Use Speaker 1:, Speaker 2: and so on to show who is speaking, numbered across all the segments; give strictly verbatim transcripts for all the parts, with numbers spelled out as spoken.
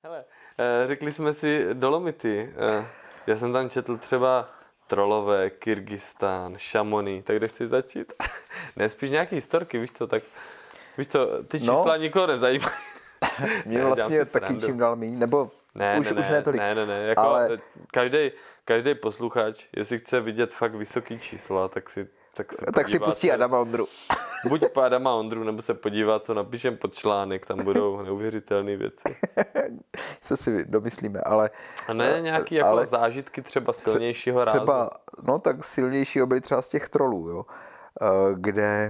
Speaker 1: Hele, řekli jsme si Dolomity. Já jsem tam četl třeba Trollové, Kyrgyzstán, Šamony, tak kde chci začít? Ne, spíš nějaký historky, víš co, tak víš co, ty čísla no, nikoho nezajímají.
Speaker 2: Mě ne, vlastně taky srandu. Čím dál míň, nebo
Speaker 1: ne,
Speaker 2: už,
Speaker 1: ne,
Speaker 2: už ne tolik.
Speaker 1: Ne, ne, ne, jako ale... každý, každý posluchač, jestli chce vidět fakt vysoký čísla, tak si tak, se
Speaker 2: tak si pustí Adama Ondru.
Speaker 1: Buď po Adama Ondru, nebo se podívá, co napíšem pod článek, tam budou neuvěřitelné věci.
Speaker 2: Co si domyslíme, ale...
Speaker 1: A ne nějaký jako ale, zážitky třeba silnějšího rázu?
Speaker 2: Třeba, no tak silnějšího byly třeba z těch trolů, jo, kde,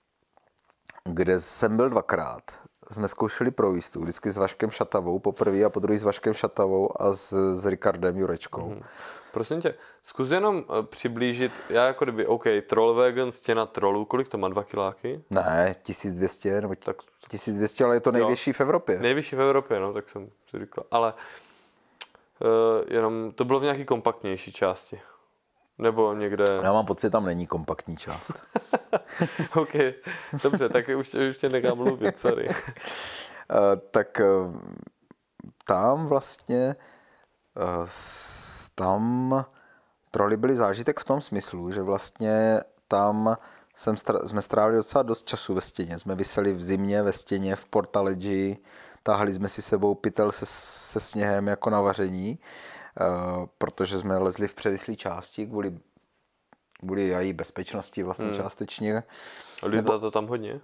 Speaker 2: kde jsem byl dvakrát. Jsme zkoušeli pro jistu, vždycky s Vaškem Šatavou, poprvé a po druhý s Vaškem Šatavou a s, s Ricardem Jurečkou. Hmm.
Speaker 1: Prosím tě, zkus jenom přiblížit, já jako kdyby, OK, Trollwagen, stěna trollů, kolik to má, dva kiláky?
Speaker 2: Ne, tisíc dvě stě, nebo tak, tisíc dvě stě, ale je to nejvyšší jo, v Evropě.
Speaker 1: Nejvyšší v Evropě, no, tak jsem si říkal, ale uh, jenom to bylo v nějaký kompaktnější části. Nebo někde...
Speaker 2: Já mám pocit, tam není kompaktní část.
Speaker 1: OK, dobře, tak už, už tě nechám mluvit, sorry. uh,
Speaker 2: tak uh, tam vlastně uh, tam troly byly zážitek v tom smyslu, že vlastně tam jsem stra- jsme strávili docela dost času ve stěně. Jsme viseli v zimě ve stěně v Portaledži, táhli jsme si sebou pytel se, se sněhem jako na vaření, uh, protože jsme lezli v převislé části kvůli, kvůli její bezpečnosti vlastně hmm. částečně.
Speaker 1: A lítá to tam hodně?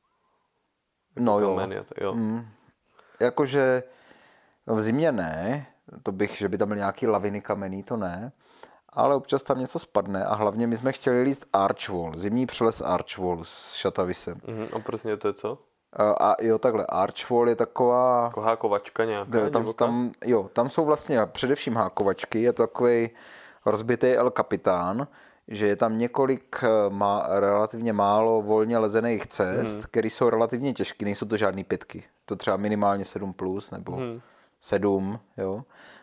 Speaker 2: No jo.
Speaker 1: Kamen, jo.
Speaker 2: Mm. Jakože v zimě ne, to bych, že by tam byly nějaký laviny kamenný, to ne, ale občas tam něco spadne a hlavně my jsme chtěli líst Archwall, zimní přeles Archwall s Šatavisem.
Speaker 1: Mm, a prostě to je co?
Speaker 2: A, a jo, takhle, Archwall je taková...
Speaker 1: Jako hákovačka nějaká?
Speaker 2: Tam, tam, jo, tam jsou vlastně především hákovačky, je to takový rozbitý El Capitán, že je tam několik má, relativně málo volně lezených cest, mm. které jsou relativně těžké, nejsou to žádný pětky, to třeba minimálně sedm plus nebo mm. sedm, jo.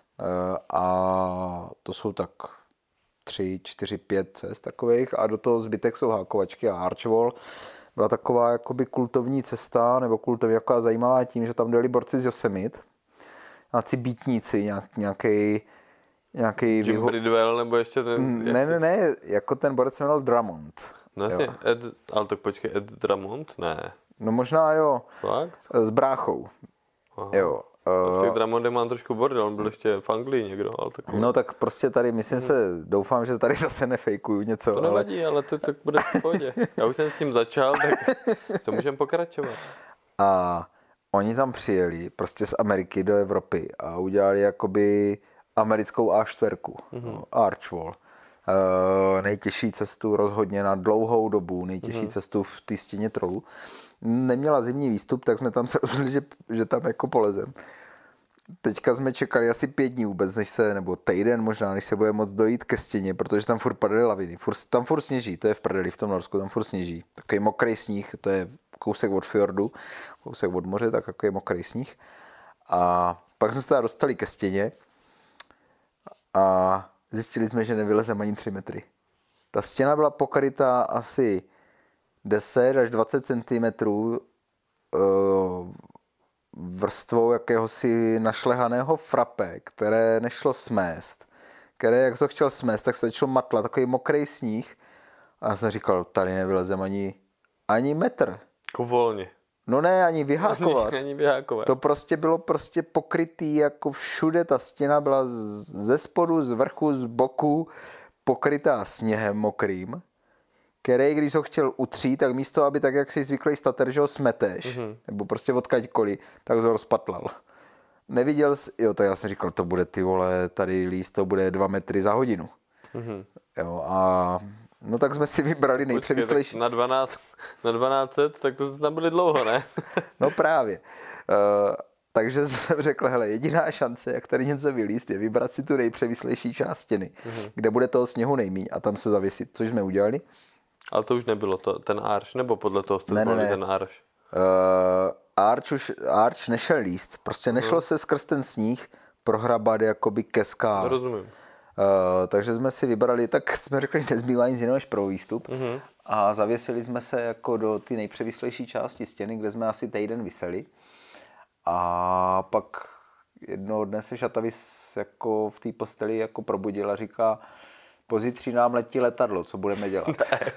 Speaker 2: A to jsou tak tři, čtyři, pět cest takových a do toho zbytek jsou hákovačky a Archwall byla taková jakoby kultovní cesta, nebo kultovně jaká zajímavá tím, že tam dojeli borci z Yosemite, nějací býtníci, nějak, nějaký nějaký
Speaker 1: Jim
Speaker 2: výho...
Speaker 1: Bridwell, nebo ještě ten...
Speaker 2: Ne, ne, ne, jako ten borec se jmenoval Drummond.
Speaker 1: No jasně, Ed, ale tak počkej, Ed Drummond? Ne.
Speaker 2: No možná jo.
Speaker 1: Fakt?
Speaker 2: S bráchou.
Speaker 1: Aha.
Speaker 2: Jo.
Speaker 1: S těch Drummondem mám trošku bordel, on byl ještě v Anglii někdo, ale takový.
Speaker 2: No tak prostě tady, myslím se, doufám, že tady zase nefejkuju něco.
Speaker 1: To nevadí, ale, ale to, to bude v pohodě. Já už jsem s tím začal, tak to můžeme pokračovat.
Speaker 2: A oni tam přijeli prostě z Ameriky do Evropy a udělali jakoby americkou á čtyři, mm-hmm. Archwall. Uh, nejtěžší cestu rozhodně na dlouhou dobu, nejtěžší mm-hmm. cestu v té stěně trolů. Neměla zimní výstup, tak jsme tam se rozhodli, že, že tam jako polezem. Teďka jsme čekali asi pět dní vůbec, než se, nebo týden možná, než se bude moc dojít ke stěně, protože tam furt padaly laviny. Furt, tam furt sněží, to je v prdeli, v tom Norsku, tam furt sněží. Takový mokrý sníh, to je kousek od fjordu, kousek od moře, tak takový mokrý sníh. A pak jsme se teda dostali ke stěně a zjistili jsme, že nevylezeme ani tři metry. Ta stěna byla pokrytá asi deset až dvacet centimetrů vrstvou jakéhosi našlehaného frape, které nešlo smést. Které, jak to chtěl smést, tak se začalo matlat, takový mokrý sníh. A já jsem říkal, tady nevylezem ani, ani metr.
Speaker 1: Jako volně.
Speaker 2: No ne, ani vyhákovat.
Speaker 1: ani vyhákovat.
Speaker 2: To prostě bylo prostě pokrytý, jako všude ta stěna byla ze spodu, z vrchu, z boku pokrytá sněhem mokrým, který, když ho chtěl utřít, tak místo, aby tak, jak jsi zvyklý stater, že ho smeteš, mm-hmm. nebo prostě odkaďkoliv, tak ho rozpatlal. Neviděl jsi, jo, tak já jsem říkal, to bude ty vole, tady líst, to bude dva metry za hodinu. Mm-hmm. Jo, a no tak jsme si vybrali nejpřemyslejší.
Speaker 1: Na dvanáct, na dvanáct set, tak to tam byli dlouho, ne?
Speaker 2: No právě. Uh, takže jsem řekl, hele, jediná šance, jak tady něco vylíst, je vybrat si tu nejpřemyslejší část stěny, mm-hmm. kde bude toho sněhu nejmíň a tam se zavěsit, což jsme udělali.
Speaker 1: Ale to už nebylo to, ten arš, nebo podle toho jste
Speaker 2: ne,
Speaker 1: zvolili
Speaker 2: ne, ne.
Speaker 1: ten arš?
Speaker 2: Uh, arš už, arš nešel líst, prostě nešlo uh-huh. se skrz ten sníh prohrabat jakoby ke skále.
Speaker 1: Rozumím.
Speaker 2: Uh, takže jsme si vybrali, tak jsme řekli, nezbývá nic jiného než pro výstup uh-huh. a zavěsili jsme se jako do ty nejpřevislejší části stěny, kde jsme asi týden viseli a pak jednoho dne se Šatavis jako v té posteli jako probudil a říká, pozítří nám letí letadlo, co budeme dělat?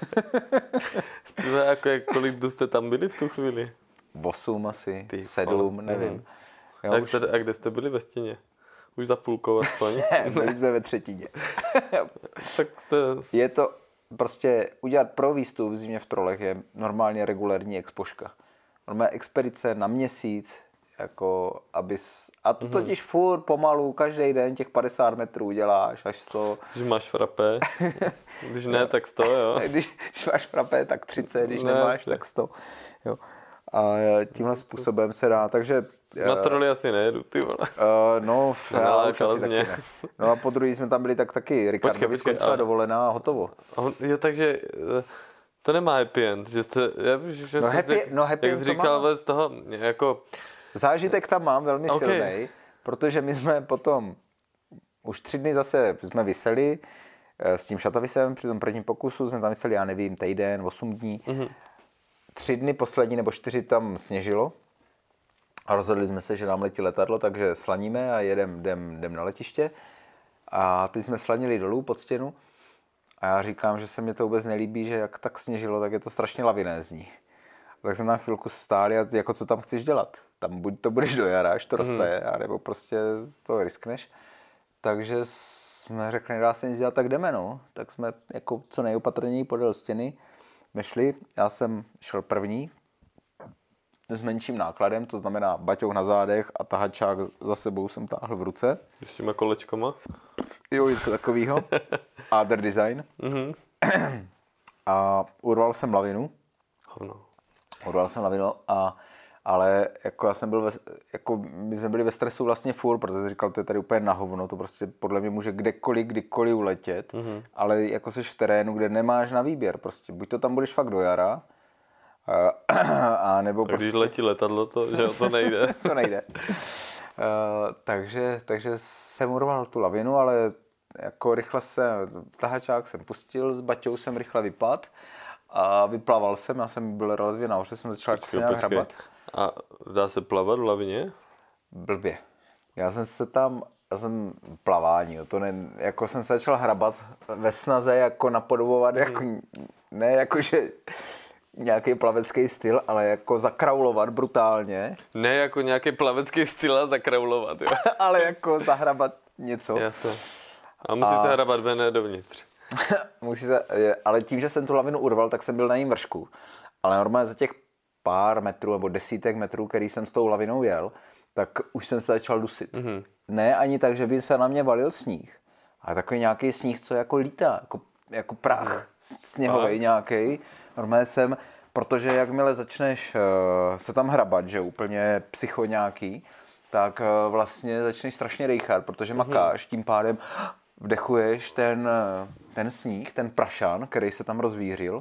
Speaker 1: Tyhle, jako, kolik dnů jste tam byli v tu chvíli?
Speaker 2: Osm asi,
Speaker 1: Ty,
Speaker 2: sedm,
Speaker 1: ale,
Speaker 2: nevím.
Speaker 1: Mm.
Speaker 2: Jo,
Speaker 1: a,
Speaker 2: už...
Speaker 1: jste, a kde jste byli ve stěně? Už za půlkou aspoň?
Speaker 2: Ne, byli jsme ve třetině.
Speaker 1: Tak se...
Speaker 2: Je to prostě, udělat pro výstup v zimě v trolech je normálně regulární expoška. Normálně expedice na měsíc, jako abys, a to totiž furt pomalu, každý den těch padesát metrů děláš až sto.
Speaker 1: Když máš frapé, když ne, tak sto, jo.
Speaker 2: Když, když máš frapé, tak třicet, když
Speaker 1: ne,
Speaker 2: nemáš,
Speaker 1: asi.
Speaker 2: tak sto. Jo. A tímhle způsobem se dá, takže...
Speaker 1: Na troly asi nejedu, ty vole.
Speaker 2: Uh, no, já už asi taky
Speaker 1: mě.
Speaker 2: ne. No a po druhý jsme tam byli tak taky, Ricardovi skončila
Speaker 1: ale...
Speaker 2: dovolená a hotovo.
Speaker 1: Jo, takže to nemá happy end, že jste, já, že
Speaker 2: no, happy,
Speaker 1: jak,
Speaker 2: no happy
Speaker 1: jak
Speaker 2: end
Speaker 1: jsi říkal
Speaker 2: má.
Speaker 1: Z toho, jako...
Speaker 2: Zážitek tam mám velmi
Speaker 1: okay.
Speaker 2: silný, protože my jsme potom, už tři dny zase jsme viseli s tím Šatavisem, při tom prvním pokusu jsme tam viseli, já nevím, týden, osm dní. Mm-hmm. Tři dny poslední nebo čtyři tam sněžilo a rozhodli jsme se, že nám letí letadlo, takže slaníme a jedem, jdem, jdem na letiště. A teď jsme slanili dolů pod stěnu a já říkám, že se mi to vůbec nelíbí, že jak tak sněžilo, tak je to strašně lavinézní. Tak jsme tam chvilku stáli a jako co tam chceš dělat? Tam buď to budeš do jara, až to roste, mm. nebo prostě to riskneš. Takže jsme řekli, nedá se nic dělat, tak jdeme, no. Tak jsme jako co nejopatrněji podél stěny jsme šli. Já jsem šel první s menším nákladem, to znamená baťouk na zádech a tahačák za sebou jsem táhl v ruce.
Speaker 1: S těma kolečkama?
Speaker 2: Jo, něco takového. Other design. Mm-hmm. A urval jsem lavinu.
Speaker 1: Hovno.
Speaker 2: Urval jsem lavinu, a, ale jako já jsem byl ve, jako my jsme byli ve stresu vlastně furt, protože jsem říkal, to je tady úplně na hovno, to prostě podle mě může kdekoliv, kdykoliv uletět, mm-hmm. ale jako jsi v terénu, kde nemáš na výběr, prostě buď to tam budeš fakt do jara, a, a nebo
Speaker 1: a
Speaker 2: prostě...
Speaker 1: když letí letadlo, to, že to nejde.
Speaker 2: to nejde. Uh, takže, takže jsem urval tu lavinu, ale jako rychle se, tahačák jsem pustil, s baťou jsem rychle vypadl a vyplaval jsem, já jsem byl relativně nahoře, jsem začal počkej, jako se nějak hrabat.
Speaker 1: A dá se plavat v lavině?
Speaker 2: Blbě. Já jsem se tam, já jsem plavání, jo, to ne, jako jsem se začal hrabat ve snaze jako napodobovat, hmm. jako, ne jako, že nějaký plavecký styl, ale jako zakraulovat brutálně.
Speaker 1: Ne jako nějaký plavecký styl a zakraulovat, jo.
Speaker 2: ale jako zahrabat něco.
Speaker 1: Jasně. A musí a... se hrabat ven, ne dovnitř.
Speaker 2: musí se, ale tím, že jsem tu lavinu urval, tak jsem byl na jím vršku. Ale normálně za těch pár metrů nebo desítek metrů, který jsem s tou lavinou jel, tak už jsem se začal dusit. Mm-hmm. Ne ani tak, že by se na mě valil sníh, ale takový nějaký sníh, co jako lítá, jako, jako prach mm-hmm. sněhový nějaký. Normálně jsem, protože jakmile začneš uh, se tam hrabat, že úplně psycho nějaký, tak uh, vlastně začneš strašně dejchat, protože mm-hmm. makáš, tím pádem vdechuješ ten, ten sníh, ten prašan, který se tam rozvířil.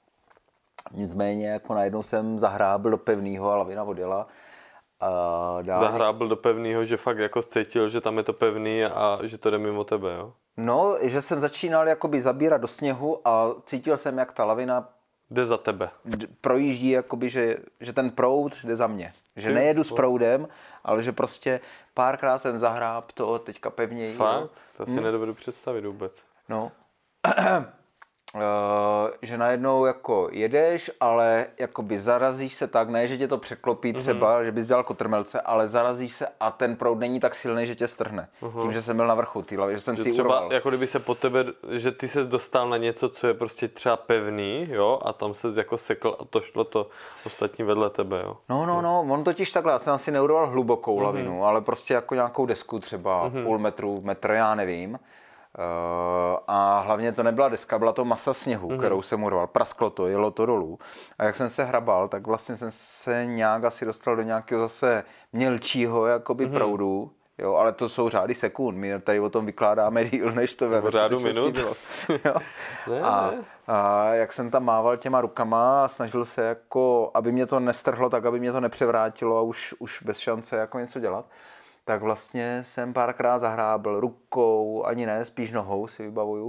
Speaker 2: Nicméně jako najednou jsem zahrábil do pevného a lavina odjela. A dál...
Speaker 1: Zahrábil do pevného, že fakt jako cítil, že tam je to pevný a že to jde mimo tebe, jo?
Speaker 2: No, že jsem začínal jakoby zabírat do sněhu a cítil jsem, jak ta lavina
Speaker 1: jde za tebe.
Speaker 2: D- projíždí, jakoby, že, že ten proud jde za mě. Že Ty, nejedu s proudem, ale že prostě párkrát jsem zahráb to teďka pevněji.
Speaker 1: Fakt? To si hmm. nedovedu představit vůbec.
Speaker 2: No. Uh, že najednou jako jedeš, ale jakoby zarazíš se tak, ne, že tě to překlopí třeba, mm-hmm. že bys dělal kotrmelce, ale zarazíš se a ten proud není tak silný, že tě strhne. Uh-huh. Tím, že jsem byl na vrchu té lavy, že jsem že si
Speaker 1: třeba
Speaker 2: urval.
Speaker 1: Jako kdyby se po tebe, že ty ses dostal na něco, co je prostě třeba pevný, jo, a tam ses jako sekl a to šlo to ostatní vedle tebe, jo.
Speaker 2: No, no, no, on totiž takhle, já jsem asi neurval hlubokou mm-hmm. lavinu, ale prostě jako nějakou desku třeba, mm-hmm. půl metru, metr, já nevím. Uh, a hlavně to nebyla deska, byla to masa sněhu, mm-hmm. kterou jsem urval. Prasklo to, jelo to dolů. A jak jsem se hrabal, tak vlastně jsem se nějak asi dostal do nějakého zase mělčího jakoby mm-hmm. proudu. Jo, ale to jsou řády sekund. My tady o tom vykládáme díl, než to ve
Speaker 1: řádu minut.
Speaker 2: Bylo. Jo. ne, a, ne. a jak jsem tam mával těma rukama a snažil se jako, aby mě to nestrhlo, tak aby mě to nepřevrátilo a už, už bez šance jako něco dělat, tak vlastně jsem párkrát zahrábil rukou, ani ne, spíš nohou si vybavuju.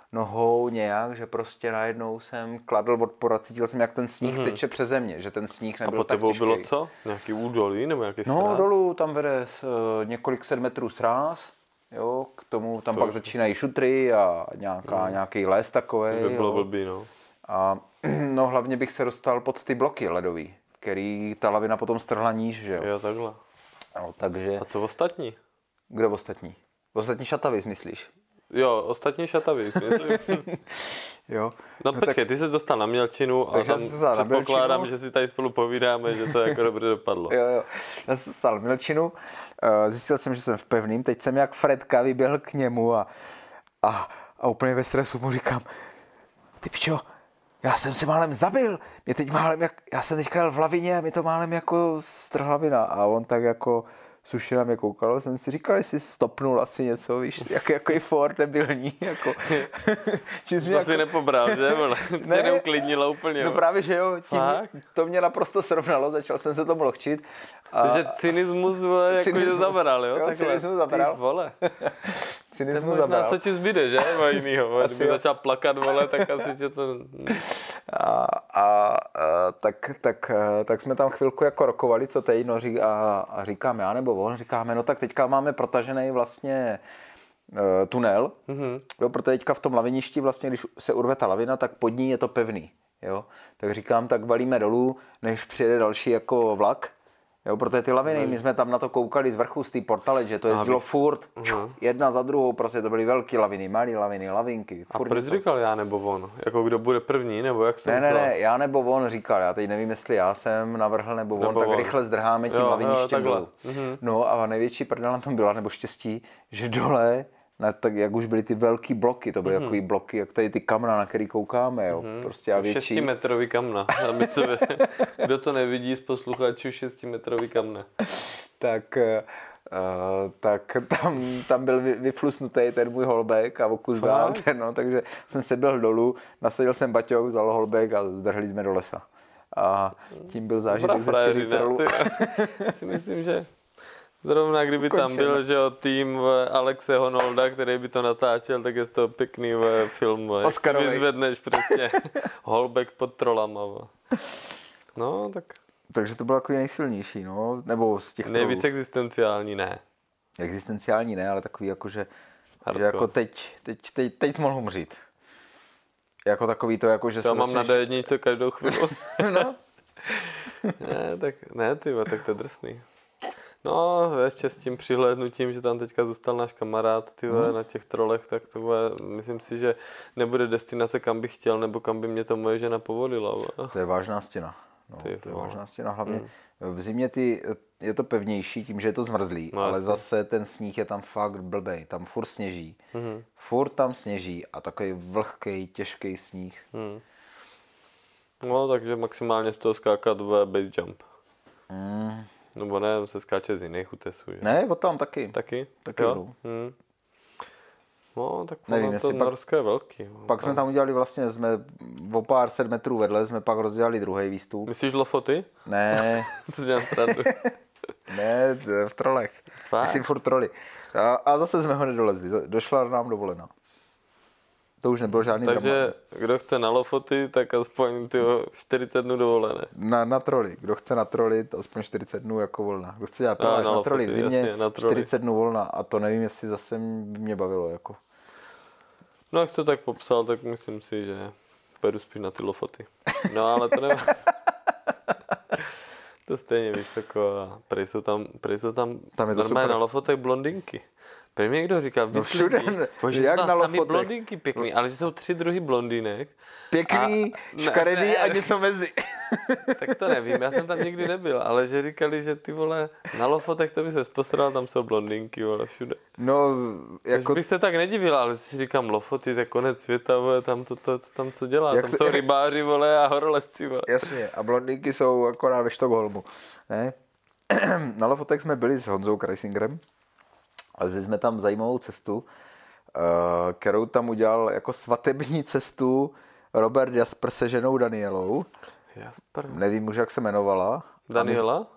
Speaker 2: nohou nějak, že prostě najednou jsem kladl odpor a cítil jsem, jak ten sníh mm-hmm. teče přeze mě, že ten sníh nebyl tak těžký. A po tebou
Speaker 1: bylo co? Nějaký údolí nebo nějaký
Speaker 2: No
Speaker 1: sráz?
Speaker 2: dolů tam vede uh, několik set metrů sráz, jo, k tomu tam to pak už... začínají šutry a nějaká, mm. nějaký les takovej.
Speaker 1: To by bylo blbý, no.
Speaker 2: A no hlavně bych se dostal pod ty bloky ledový, který ta lavina potom strhla níž, že jo.
Speaker 1: Jo, takhle.
Speaker 2: No, takže...
Speaker 1: A co ostatní?
Speaker 2: Kdo ostatní? Ostatní šatavis, myslíš?
Speaker 1: Jo, ostatní šatavis, myslím.
Speaker 2: Jo.
Speaker 1: No, no počkej, tak... ty jsi dostal na Mělčinu a tam předpokládám, Mělčinu. Že si tady spolu povídáme, že to jako dobře dopadlo.
Speaker 2: Jo, jo. Já jsem dostal Mělčinu, zjistil jsem, že jsem v pevným, teď jsem jak Fredka vyběhl k němu a, a, a úplně ve stresu mu říkám, ty pičo, já jsem se málem zabil, mě teď málem, jak, já jsem teďka jel v lavině a mi to málem jako strhla vina a on tak jako suši na mě koukal, jsem si říkal, jestli stopnul asi něco, víš, jak, jako i Ford debilní, jako.
Speaker 1: To jako... si nepobral, že? Ne, neuklidnilo úplně.
Speaker 2: No právě, že jo, tím, to mě naprosto srovnalo, začal jsem se tomu lochčit.
Speaker 1: A... Takže cynismus, vole, jako cynismus, zabral, jo?
Speaker 2: Jo,
Speaker 1: takhle.
Speaker 2: Cynismus zabral.
Speaker 1: Ty vole.
Speaker 2: Cynismus zabral.
Speaker 1: Co ti zbyde, že? Má jinýho, kdyby začal plakat, vole, tak asi tě to...
Speaker 2: A, a, a tak, tak, tak jsme tam chvilku jako rokovali, co teď, no, ří, a, a říkám já nebo on, říkáme, no tak teďka máme protažený vlastně uh, tunel, mm-hmm. jo, protože teďka v tom laviništi vlastně, když se urve ta lavina, tak pod ní je to pevný, jo. Tak říkám, tak valíme dolů, než přijede další jako vlak, jo, protože ty laviny, my jsme tam na to koukali z vrchu, z té portale, že to jezdilo furt, uh-huh. jedna za druhou, prostě to byly velké laviny, malé laviny, lavinky.
Speaker 1: A proč říkal já nebo on? Jako kdo bude první, nebo jak to
Speaker 2: Ne, ne, ne, já nebo on říkal, já teď nevím, jestli já jsem navrhl nebo on, nebo tak on. Rychle zdrháme tím jo, laviništěm jo, dolů. Uh-huh. No a největší prdel na tom byla, nebo štěstí, že dole, na, tak jak už byly ty velký bloky, to byly mm-hmm. takový bloky, jak tady ty kamna, na který koukáme, jo, mm-hmm. prostě a větší.
Speaker 1: Šestimetrový kamna, aby se, kdo to nevidí z posluchačů, šestimetrový kamna.
Speaker 2: tak, uh, tak tam, tam byl vyflusnutý ten můj holbek a okus dál, ten, no, takže jsem se byl dolů, nasadil jsem baťouk, vzal holbek a zdrhli jsme do lesa. A tím byl zážitek ze stěných trolů.
Speaker 1: Si myslím, že zrovna kdyby Končen. Tam byl, že jo, tým Alexe Honolda, který by to natáčel, tak je to pěkný film, jak si vyzvedneš přesně holbek pod trolama. No, tak.
Speaker 2: Takže to bylo takový nejsilnější, no, nebo z těch
Speaker 1: nejvíc trolů. Existenciální ne.
Speaker 2: Existenciální ne, ale takový jako, že, že jako teď, teď, teď, teď jsi mohl umřít. Jako takový to, jako, že
Speaker 1: to
Speaker 2: se
Speaker 1: mám
Speaker 2: začneš...
Speaker 1: na D jedničce každou chvíli. No. ne, tak, ne, ty, tak to je drsný. No, ještě s tím přihlédnutím, že tam teďka zůstal náš kamarád ty hmm. na těch trolech, tak to bude, myslím si, že nebude destinace, kam bych chtěl, nebo kam by mě to moje žena povolila.
Speaker 2: To je vážná stěna. No, ty, to je vážná stěna. Hlavně hmm. v zimě ty, je to pevnější tím, že je to zmrzlý, no, ale jasný. Zase ten sníh je tam fakt blbej, tam furt sněží. Hmm. Furt tam sněží a takový vlhký, těžký sníh. Hmm.
Speaker 1: No, takže maximálně z toho skákat v base jump.
Speaker 2: Hmm.
Speaker 1: Nebo ne, se skáče z jiných útesů, že?
Speaker 2: Ne, od tam taky.
Speaker 1: Taky?
Speaker 2: Taky jo.
Speaker 1: Hmm. No, tak nevím, to Norsko je velký.
Speaker 2: Pak jsme tam udělali vlastně, jsme o pár set metrů vedle, jsme pak rozdělali druhý výstup.
Speaker 1: Myslíš Lofoty?
Speaker 2: Ne.
Speaker 1: To si dělám strandu.
Speaker 2: Ne, v trolech. Fakt? Myslím furt troly. A, a zase jsme ho nedolezli, došla nám dovolená. To už nebylo žádný
Speaker 1: Takže
Speaker 2: drama.
Speaker 1: Kdo chce na Lofoty, tak aspoň tyho čtyřicet dnů dovolené.
Speaker 2: Na, na troly. Kdo chce na troly, aspoň čtyřicet dnů jako volna. Kdo chce dělat na, na troly v zimě, jasně, na čtyřicet dnů volna. A to nevím, jestli zase by mě bavilo. Jako.
Speaker 1: No jak to tak popsal, tak myslím si, že půjdu spíš na ty Lofoty. No ale to nevím. To stejně vysoko a prej jsou tam, prej jsou tam, tam je to normálně super. Na Lofotech blondinky. Prý mi někdo říká,
Speaker 2: no všude,
Speaker 1: že jak jsou tam sami blondinky pěkný, ale že jsou tři druhy blondýnek.
Speaker 2: Pěkný, a, škaredý ne, ne, a něco mezi.
Speaker 1: Tak to nevím, já jsem tam nikdy nebyl, ale že říkali, že ty vole, na Lofotech to by se posral, tam jsou blondýnky, vole, všude.
Speaker 2: No, jako...
Speaker 1: Což bych se tak nedivil, ale si říkám, Lofoty, to je konec světa, vole, tam to, to, tam co dělá, jak tam se... jsou rybáři, vole, a horolezci, vole.
Speaker 2: Jasně, a blondýnky jsou akorát ve Štokholmu, ne? Na Lofotech jsme byli s Honzou Kreisingerem. A že jsme tam zajímavou cestu, kterou tam udělal jako svatební cestu Robert Jasper se ženou Danielou.
Speaker 1: Jasper.
Speaker 2: Nevím už, jak se jmenovala.
Speaker 1: Daniela?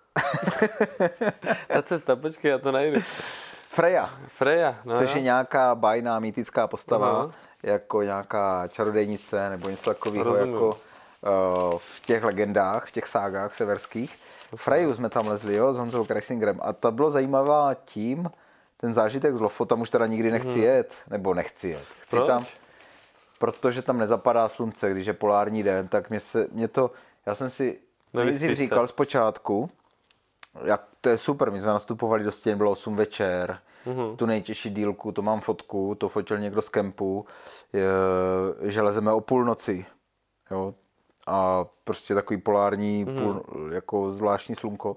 Speaker 1: Ta cesta, počkej, já to najdu.
Speaker 2: Freja.
Speaker 1: Freja, no
Speaker 2: což
Speaker 1: jo.
Speaker 2: je nějaká bajná, mýtická postava, uh-huh. jako nějaká čarodejnice nebo něco takového
Speaker 1: Rozumím.
Speaker 2: jako uh, v těch legendách, v těch ságách severských. Freju jsme tam lezli, jo, s Honzou Kreisingerem. A to bylo zajímavá tím, ten zážitek z Lofotu, tam už teda nikdy nechci
Speaker 1: Mhm.
Speaker 2: jet, nebo nechci jet. Chci
Speaker 1: Proč?
Speaker 2: tam, protože tam nezapadá slunce, když je polární den, tak mě, se, mě to, já jsem si
Speaker 1: Nevyspíš
Speaker 2: nejdřív
Speaker 1: se.
Speaker 2: říkal zpočátku, jak to je super, my jsme nastupovali do stěn, bylo osm večer,
Speaker 1: Mhm.
Speaker 2: tu nejtěžší dílku, to mám fotku, to fotil někdo z kempu, je, že lezeme o půlnoci, jo, a prostě takový polární,
Speaker 1: Mhm.
Speaker 2: půl, jako zvláštní slunko,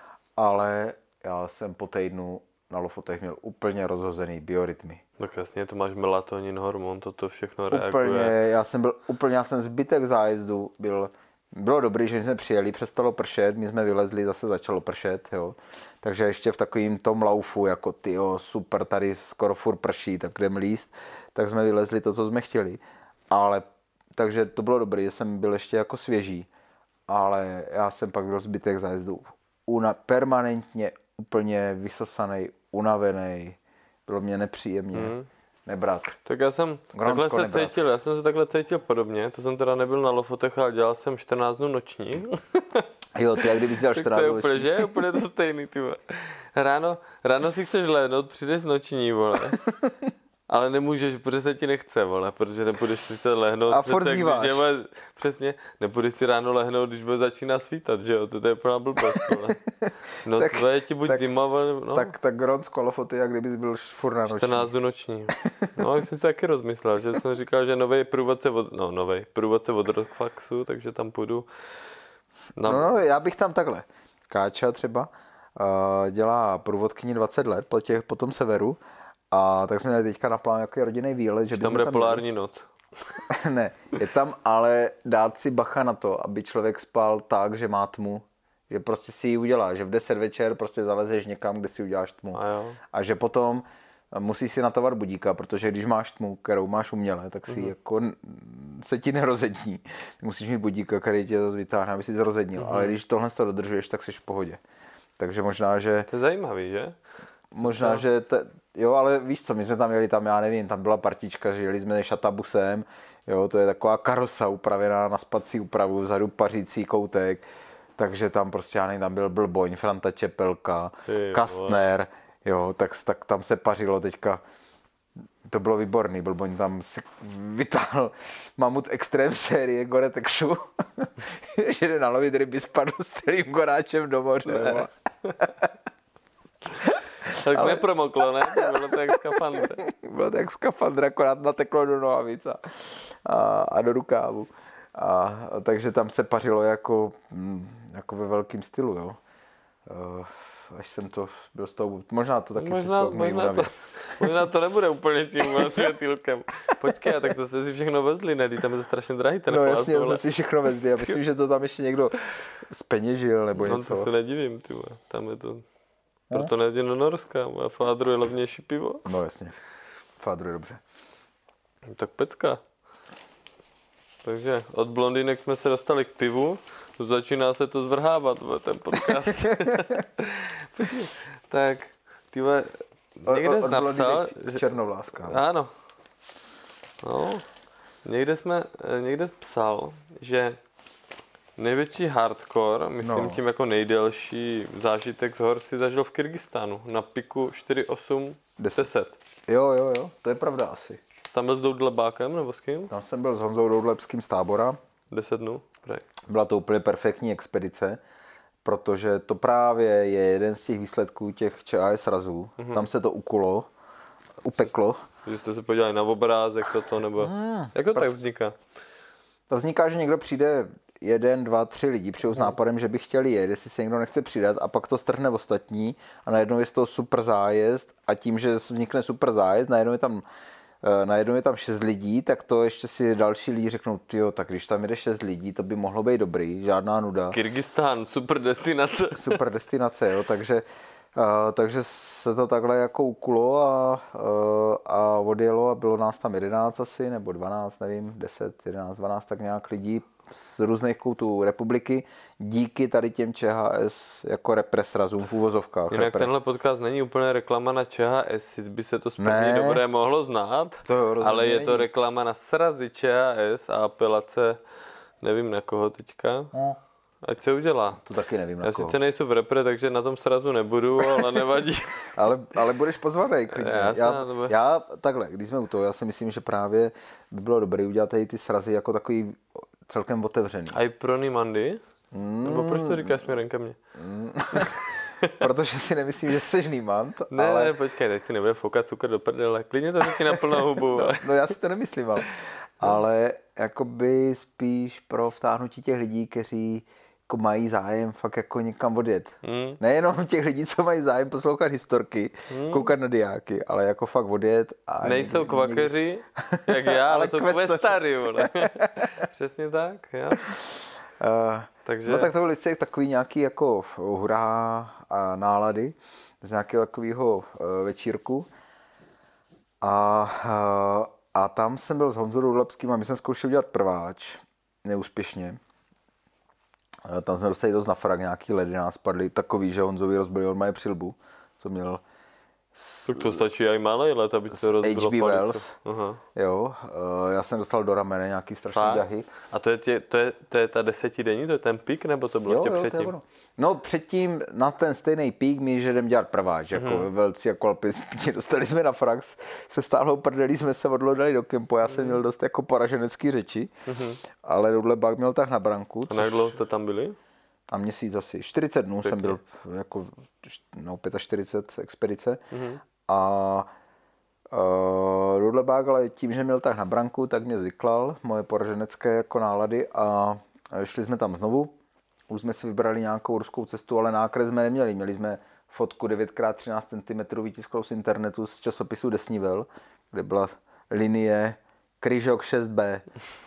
Speaker 2: ale já jsem po týdnu na Lofotech měl úplně rozhozený biorytmy.
Speaker 1: Tak jasně, to máš melatonin, hormon, toto všechno reaguje.
Speaker 2: Úplně, já jsem byl úplně, já jsem zbytek zájezdu byl, bylo dobrý, že jsme přijeli, přestalo pršet, my jsme vylezli, zase začalo pršet, jo. Takže ještě v takovým tom laufu, jako tyjo, super, tady skoro furt prší, tak jdem líst, tak jsme vylezli to, co jsme chtěli. Ale, takže to bylo dobré, že jsem byl ještě jako svěží, ale já jsem pak byl zbytek zájezdu una, permanentně úplně vysosaný, unavený, bylo mě nepříjemně. Mm. Nebrat.
Speaker 1: Tak já jsem
Speaker 2: Grónsko
Speaker 1: takhle se
Speaker 2: nebrat.
Speaker 1: cítil, já jsem se takhle cítil podobně, to jsem teda nebyl na Lofotech, ale dělal jsem čtrnáct dnů noční.
Speaker 2: Jo, ty jak kdybys dělal
Speaker 1: Tak
Speaker 2: čtrnáct
Speaker 1: to je
Speaker 2: dnů
Speaker 1: úplně,
Speaker 2: noční.
Speaker 1: že je úplně to stejný, ty vole. Ráno, ráno si chceš lehnout, přijdeš z noční, vole. Ale nemůžeš, protože se ti nechce, vole, protože nepůjdeš přece lehnout.
Speaker 2: A furt
Speaker 1: přece,
Speaker 2: zíváš.
Speaker 1: když je, vole, přesně, nepůjdeš si ráno lehnout, když bude začíná svítat, že jo, to je plná blbost, vole. No
Speaker 2: Tak-
Speaker 1: to je ti buď
Speaker 2: tak-
Speaker 1: zima, vole, no.
Speaker 2: Tak, tak Grónsko, Lofoty, jak kdybys byl furt na noční.
Speaker 1: čtrnáct dnů noční. No, jak jsem si taky rozmyslel, že jsem říkal, že nový průvodce od, no, nový průvodce od Rockfaxu, takže tam půjdu. Na,
Speaker 2: No, no, já bych tam takhle. Káča třeba uh, dělá průvodkyni dvacet let po, těch, po tom severu a tak jsme měli teďka na plánu jaký rodinný výlet, že
Speaker 1: tam
Speaker 2: bychom
Speaker 1: bude polární noc.
Speaker 2: jeli. Ne, je tam ale dát si bacha na to, aby člověk spal tak, že má tmu. Že prostě si ji udělá, že v deset večer prostě zalezeš někam, kde si uděláš tmu.
Speaker 1: A jo.
Speaker 2: A že potom musíš si natovat budíka, protože když máš tmu, kterou máš uměle, tak si mm-hmm. jako n- se ti nerozední. Musíš mít budíka, který tě zase vytáhne, aby si zrozednil. Mm-hmm. Ale když tohle to dodržuješ, tak jsi v pohodě. Takže možná, že...
Speaker 1: To je zajímavý, že?
Speaker 2: Možná,
Speaker 1: No.
Speaker 2: že... Te, jo, ale víš co, my jsme tam jeli tam, já nevím, tam byla partička, že jeli jsme šatabusem, jo, to je taková karosa upravená na spací úpravu, vzadu pařící koutek, takže tam prostě, já nevím, tam byl Blboň, Franta Čepelka,
Speaker 1: Ty vole.
Speaker 2: Kastner, jo, tak, tak tam se pařilo teďka. To bylo výborný, Blboň tam si vytáhl Mamut Extreme série Gore-Texu, že jde nalovit ryby, spadl s celým goráčem do moře.
Speaker 1: Ne. Tak ale... nepromoklo, ne? To bylo to jak skafandr.
Speaker 2: Bylo to jak skafandr, akorát nateklo do nohavic a, a, a do rukávu. A, a takže tam se pařilo jako, mm, jako ve velkém stylu, jo. Uh, až jsem to byl s tou, možná to taky
Speaker 1: Možná,
Speaker 2: přispělo k mojí
Speaker 1: možná, to,
Speaker 2: únavě.
Speaker 1: možná to nebude úplně tím světýlkem. Počkej, a tak to jste si všechno vezli, ne? Tam je to strašně drahý ten
Speaker 2: No
Speaker 1: chlás,
Speaker 2: jasně,
Speaker 1: vole.
Speaker 2: jsme si všechno vezli. Já myslím, že to tam ještě někdo zpeněžil nebo
Speaker 1: No
Speaker 2: něco.
Speaker 1: to se nedivím, ty vole. Tam je to... Proto nejde do Norska, a fádru je levnější pivo.
Speaker 2: No jasně. Fádru je dobře.
Speaker 1: Tak pecka. Takže od blondýnek jsme se dostali k pivu. Tu začíná se to zvrhávat, ten podcast. Počkej, tak, ty vole, někde jsi napsal,
Speaker 2: že... Černovláska.
Speaker 1: Ano. No, někde jsme, někde jsi psal, že největší hardcore, myslím
Speaker 2: No.
Speaker 1: tím jako nejdelší zážitek z hor si zažil v Kyrgyzstánu na piku čtyři osm deset.
Speaker 2: Jo, jo, jo, to je pravda asi.
Speaker 1: Tam byl s Doudlebákem nebo s kým?
Speaker 2: Tam jsem byl s Honzou Doudlebským z Tábora.
Speaker 1: deset dnů? Prej.
Speaker 2: Byla to úplně perfektní expedice, protože to právě je jeden z těch výsledků těch ČAS srazů. Mm-hmm. Tam se to ukulo, upeklo.
Speaker 1: Že jste se podívali na obrázek toto, nebo
Speaker 2: Mm,
Speaker 1: jak to tak
Speaker 2: prostě-
Speaker 1: vzniká?
Speaker 2: To vzniká, že někdo přijde, jeden, dva, tři lidi přijou s nápadem, že by chtěli jet, jestli se někdo nechce přidat a pak to strhne ostatní a najednou je z toho super zájezd a tím, že vznikne super zájezd, najednou je tam, eh, najednou je tam šest lidí, tak to ještě si další lidi řeknou, tyjo, tak když tam jede šest lidí, to by mohlo být dobrý, žádná nuda.
Speaker 1: Kyrgyzstán, super destinace.
Speaker 2: Super destinace, jo, takže, uh, takže se to takhle jako ukulo a, uh, a odjelo a bylo nás tam jedenáct asi, nebo dvanáct, nevím, deset, jedenáct, dvanáct, tak nějak lidí z různých koutů republiky díky tady těm ČHS jako represrazům v úvozovkách.
Speaker 1: Jinak
Speaker 2: repre.
Speaker 1: tenhle podcast není úplně reklama na ČHS, sice by se to z první
Speaker 2: Ne.
Speaker 1: dobré mohlo znát,
Speaker 2: To
Speaker 1: ale je
Speaker 2: není.
Speaker 1: to reklama na srazy ČHS a apelace, nevím na koho teďka.
Speaker 2: No,
Speaker 1: Ať se udělá.
Speaker 2: to taky nevím na
Speaker 1: Já
Speaker 2: koho.
Speaker 1: sice nejsem v repre, takže na tom srazu nebudu, ale nevadí.
Speaker 2: Ale, ale budeš pozvaný klidně.
Speaker 1: Já se
Speaker 2: Já,
Speaker 1: na to-
Speaker 2: já, takhle, když jsme u toho, já si myslím, že právě by bylo dobré udělat tady ty srazy jako takový celkem otevřený.
Speaker 1: A i pro Nimandy?
Speaker 2: Mm,
Speaker 1: Nebo proč to říkáš směrem ke mně?
Speaker 2: protože si nemyslím, že jsi nímant,
Speaker 1: Ne,
Speaker 2: ale...
Speaker 1: ne, počkej, teď si nebude foukat cukr do prdele. Klidně to řekni na plnou hubu. ale-
Speaker 2: No já si to nemyslím, ale, ale jakoby spíš pro vtáhnutí těch lidí, kteří jako mají zájem fakt jako někam odjet.
Speaker 1: Hmm.
Speaker 2: Nejenom těch lidí, co mají zájem poslouchat historky, koukat na diáky, ale jako fakt odjet. A
Speaker 1: Nejsou
Speaker 2: někdy-
Speaker 1: kvakeři, jak já, ale
Speaker 2: Ale
Speaker 1: jsou
Speaker 2: kvestoři.
Speaker 1: kvestary, vole. Přesně tak, jo.
Speaker 2: Uh,
Speaker 1: Takže-
Speaker 2: No tak to byly jistě takový nějaký jako hurá a nálady z nějakého takového uh, večírku. A, uh, a tam jsem byl s Honzou Rudlepským a my jsme zkoušeli udělat prváč. Neúspěšně. Uh, tam jsme dostali dost na frak, nějaký ledy nás padly takový, že Honzovi rozbil on mají přilbu, co měl.
Speaker 1: Tak to stačí i malej let, aby se rozbilo
Speaker 2: H B
Speaker 1: palice.
Speaker 2: Wells.
Speaker 1: Aha.
Speaker 2: Jo, uh, já jsem dostal do ramene nějaký strašný
Speaker 1: Fakt?
Speaker 2: ďahy.
Speaker 1: A to je, tě, to, je, to je ta desetidenní, to je ten pík, nebo to bylo ještě
Speaker 2: to je
Speaker 1: předtím?
Speaker 2: ono. No předtím na ten stejný pík my, že jdem dělat prváč, jako
Speaker 1: Mhm.
Speaker 2: mm. velcí jako alpisti, dostali jsme na frax, se stálou prdelí jsme se odlodali do kempu, já jsem
Speaker 1: Mhm.
Speaker 2: měl dost jako poraženecký řeči, mm. ale Rudle Bak měl tak na branku,
Speaker 1: A jak dlouho jste tam byli?
Speaker 2: a měsíc asi, čtyřicet dnů jsem byl jako, no čtyřicet pět expedice
Speaker 1: Mhm.
Speaker 2: a Uh, Rudlebák, ale tím, že měl tak na branku, tak mě zvyklal moje poraženecké jako nálady a šli jsme tam znovu. Už jsme si vybrali nějakou ruskou cestu, ale nákres jsme neměli. Měli jsme fotku devět krát třináct centimetrů vytisklou z internetu z časopisu Desnivel, kde byla linie Kryžok šest bé.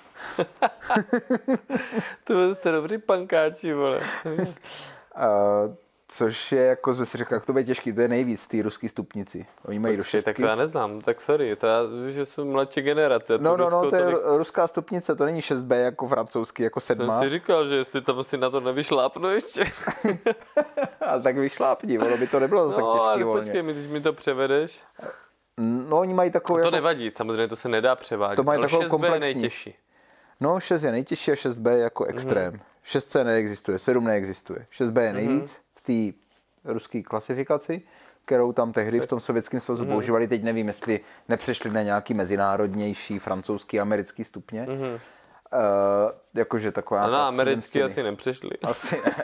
Speaker 1: To jste dobrý pankáči, vole.
Speaker 2: Uh, což je, jako jsme si řekli, jak to bude těžký, to je nejvíc v té ruské stupnici. Oni mají do
Speaker 1: Počkej, tak
Speaker 2: šestky.
Speaker 1: to já neznám, tak sorry, to já, že jsem mladší generace.
Speaker 2: No, no, no,
Speaker 1: Ruskou
Speaker 2: to je
Speaker 1: tolik-
Speaker 2: ru- ruská stupnice, to není šest bé jako francouzský, jako
Speaker 1: Jsem
Speaker 2: sedma.
Speaker 1: si říkal, že jestli tam si na to nevyšlápnu ještě.
Speaker 2: A tak vyšlápni, ono by to nebylo zase tak
Speaker 1: No,
Speaker 2: těžký
Speaker 1: ale
Speaker 2: volně.
Speaker 1: počkej, mi, když mi to převedeš.
Speaker 2: No, oni mají takovou...
Speaker 1: To
Speaker 2: jako...
Speaker 1: nevadí, samozřejmě to se nedá převádět.
Speaker 2: To mají
Speaker 1: ale
Speaker 2: takovou
Speaker 1: šest bé je
Speaker 2: komplexní.
Speaker 1: nejtěžší.
Speaker 2: No, šest je nejtěžší a šest bé je jako extrém. Mm-hmm. šest C neexistuje, sedm neexistuje. šest bé je nejvíc mm-hmm. v té ruské klasifikaci, kterou tam tehdy v tom Sovětském svazu mm-hmm. používali. Teď nevím, jestli nepřešli na nějaký mezinárodnější francouzský, americký stupně. Mm-hmm. Uh, jakože taková...
Speaker 1: A na
Speaker 2: nějaká
Speaker 1: americký
Speaker 2: střední
Speaker 1: asi nepřešli.
Speaker 2: Asi ne.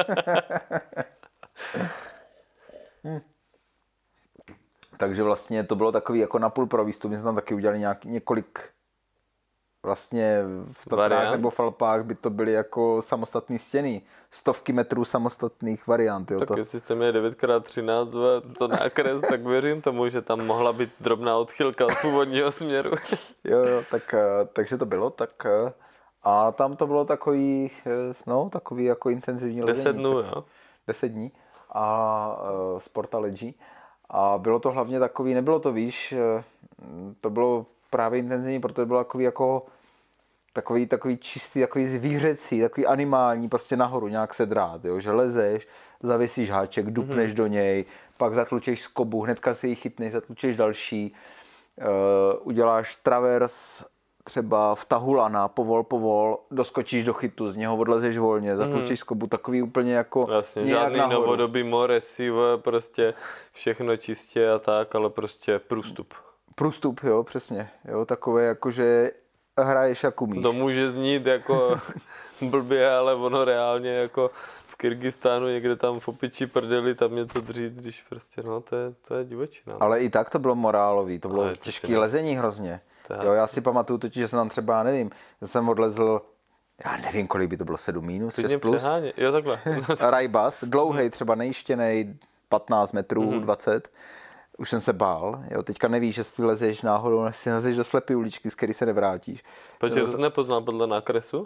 Speaker 2: hm. Takže vlastně to bylo takový jako napůl pro výstup. My jsme tam taky udělali nějak, několik vlastně v Tatrách
Speaker 1: Variant?
Speaker 2: nebo v Alpách by to byly jako samostatné stěny. Stovky metrů samostatných variant. Jo,
Speaker 1: Tak
Speaker 2: to.
Speaker 1: jestli jste měli devět krát třináct to nákres, tak věřím tomu, že tam mohla být drobná odchylka od původního směru.
Speaker 2: Jo, jo, tak, eh, takže to bylo. Tak, eh, a tam to bylo takový, eh, no, takový jako intenzivní lezení.
Speaker 1: Deset dnů,
Speaker 2: tak-
Speaker 1: jo.
Speaker 2: deset dní a uh, Sporta Ledží. A bylo to hlavně takový, nebylo to, víš, eh, to bylo právě intenzivní, protože bylo takový jako takový, takový čistý, takový zvířecí, takový animální, prostě nahoru nějak se drát, jo, že lezeš, zavěsíš háček, dupneš mm-hmm. do něj, pak zatlučeš skobu, hnedka si ji chytneš, zatlučeš další, uh, uděláš travers třeba v tahu lana, povol, povol, doskočíš do chytu, z něho odlezeš volně, zatlučíš skobu, takový úplně jako
Speaker 1: Jasně,
Speaker 2: nějak
Speaker 1: žádný
Speaker 2: nahoru.
Speaker 1: novodobý moresy, prostě všechno čistě a tak, ale prostě průstup.
Speaker 2: Průstup, jo, přesně, jo, takové jako, že hraješ jak umíš.
Speaker 1: To může znít jako blbě, ale ono reálně jako v Kyrgyzstánu někde tam v opičí prdeli tam něco dřít, když prostě, no, to je, to je divočina.
Speaker 2: Ale i tak to bylo morálový, to bylo
Speaker 1: Ale to
Speaker 2: těžké
Speaker 1: si ne-
Speaker 2: lezení hrozně.
Speaker 1: Tak.
Speaker 2: Jo, já si pamatuju totiž, že jsem tam třeba, nevím, že jsem odlezl, já nevím, kolik by to bylo, sedm minus,
Speaker 1: Klidně
Speaker 2: šest plus.
Speaker 1: přeháně. Jo, takhle.
Speaker 2: Rajbas, dlouhej, třeba nejištěnej, patnáct metrů,
Speaker 1: Mhm.
Speaker 2: dvacet. Už jsem se bál, jo, teďka nevíš, že si lezeš náhodou, než si lezeš do slepé uličky, z který se nevrátíš.
Speaker 1: Počkej, to jsi nepoznal podle nákresu?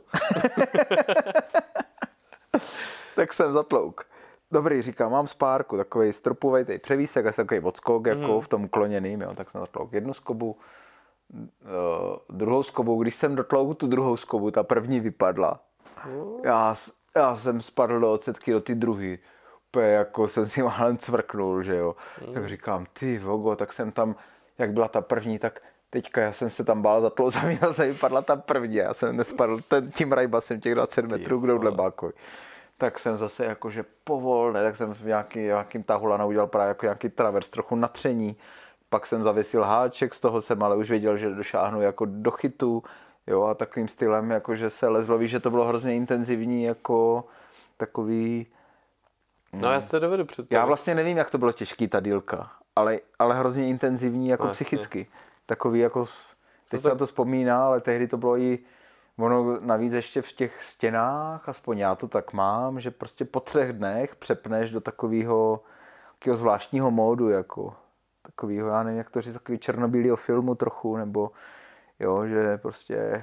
Speaker 2: Tak jsem zatlouk. Dobrý, říkám, mám spárku, takový stropovej tady převísek, asi takový odskok, jako
Speaker 1: Mhm.
Speaker 2: v tom kloněným, jo, tak jsem zatlouk jednu skobu, druhou skobu, když jsem dotlouhl tu druhou skobu, ta první vypadla. Já, já jsem spadl do ocetky do ty druhý. Úplně jako jsem si málem cvrknul, že jo. Mm. Tak říkám, ty vogo, tak jsem tam, jak byla ta první, tak teďka já jsem se tam bál za tlou, za mě zase vypadla ta první. Já jsem nespadl ten, tím rajbasem těch dvacet metrů k Doudlebákovi. Tak jsem zase jakože povolne, tak jsem v nějaký, nějakým tahulana udělal právě jako nějaký travers, trochu natření. Pak jsem zavěsil háček, z toho jsem ale už věděl, že došáhnu jako do chytu, jo, a takovým stylem, jakože se lezlo, víš, že to bylo hrozně intenzivní, jako takový...
Speaker 1: No já si to dovedu představit.
Speaker 2: Já vlastně nevím, jak to bylo těžký, ta dílka, ale, ale hrozně intenzivní, jako vlastně. Psychicky. Takový, jako, teď se na to vzpomíná, ale tehdy to bylo i, ono navíc ještě v těch stěnách, aspoň já to tak mám, že prostě po třech dnech přepneš do takového, takového zvláštního módu, jako... takovýho, já nevím, jak to říct, takový černobílého filmu trochu, nebo jo, že prostě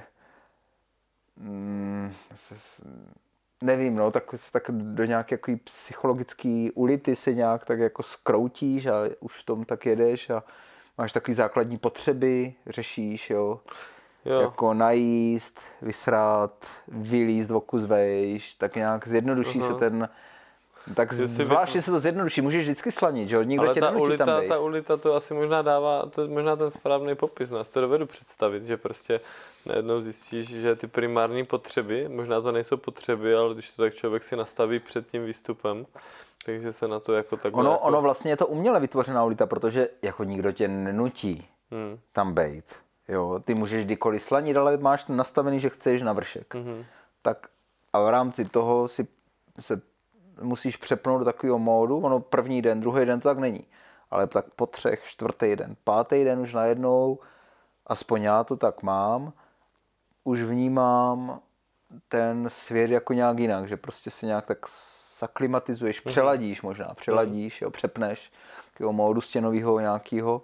Speaker 2: mm, se, nevím, no, tak, tak do nějaké jako psychologický ulity se nějak tak jako skroutíš a už v tom tak jedeš a máš takový základní potřeby, řešíš, jo, jo. Jako najíst, vysrát, vylízt, okus vejš, tak nějak zjednoduší uh-huh. se ten. Tak zvláštně se to zjednoduší, můžeš vždycky slanit, že jo? Nikdo
Speaker 1: ale
Speaker 2: tě
Speaker 1: ta
Speaker 2: nenutí
Speaker 1: ulita,
Speaker 2: tam bejt.
Speaker 1: ta ulita to asi možná dává, to je možná ten správný popis, nás to dovedu představit, že prostě najednou zjistíš, že ty primární potřeby, možná to nejsou potřeby, ale když to tak člověk si nastaví před tím výstupem, takže se na to jako takhle...
Speaker 2: Ono,
Speaker 1: jako...
Speaker 2: ono vlastně je to uměle vytvořená ulita, protože jako nikdo tě nenutí hmm. tam bejt, jo? Ty můžeš kdykoliv slanit, ale máš nastavený, že chceš na vršek. Hmm. Tak a v rámci toho si se musíš přepnout do takového módu, ono první den, druhý den to tak není, ale tak po třech, čtvrtý den, pátý den už najednou, aspoň já to tak mám, už vnímám ten svět jako nějak jinak, že prostě se nějak tak zaklimatizuješ, mm-hmm. přeladíš možná, přeladíš, jo, přepneš takového módu stěnového nějakého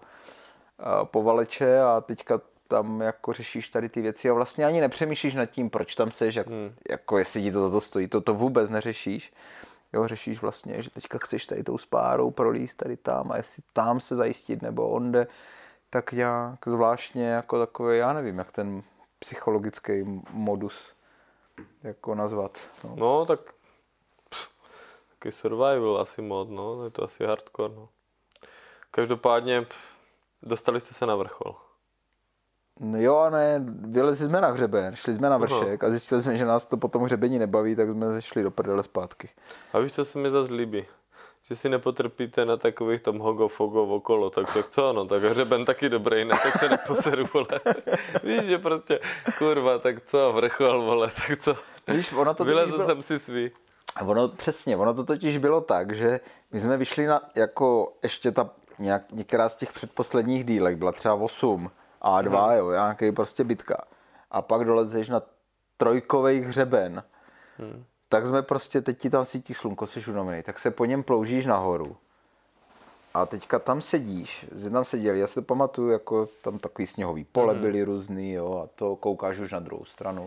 Speaker 2: povaleče a teďka tam jako řešíš tady ty věci a vlastně ani nepřemýšlíš nad tím, proč tam seš, jak, mm. jako jestli ti to za to stojí, to, to vůbec neřešíš. Jo, řešíš vlastně, že teďka chceš tady tou spárou prolízt tady tam a jestli tam se zajistit nebo onde, tak nějak zvláštně jako takový, já nevím, jak ten psychologický modus jako nazvat. No,
Speaker 1: no tak pff, taky survival asi mod, no, je to asi hardcore, no. Každopádně pff, dostali jste se na vrchol.
Speaker 2: No jo a ne, vylezli jsme na hřeben, šli jsme na vršek Aha. a zjistili jsme, že nás to po tom hřebení nebaví, tak jsme šli do prdele zpátky.
Speaker 1: A víš, co se mi zase líbí? Že si nepotrpíte na takových tom hogo fogo okolo, tak, tak co, no, tak hřeben taky dobrý, ne, tak se neposeru, vole. Víš, že prostě, kurva, tak co, vrchol, vole, tak co.
Speaker 2: Víš, ono to
Speaker 1: vylezl
Speaker 2: bylo...
Speaker 1: jsem si svý.
Speaker 2: Ono, přesně, ono to totiž bylo tak, že my jsme vyšli na, jako ještě ta, nějak, některá z těch předposledních dílek, byla třeba osm, á dva, hmm. jo, nějaký prostě bitka. A pak dolezeš na trojkovej hřeben. Hmm. Tak jsme prostě, teď ti tam svítí slunko, jsi unavený, tak se po něm ploužíš nahoru. A teďka tam sedíš, tam seděli, já si to pamatuju, jako tam takový sněhový pole hmm. byly různý, jo, a to koukáš už na druhou stranu.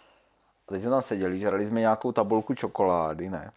Speaker 2: A teď jsme tam seděli, žrali jsme nějakou tabulku čokolády, ne?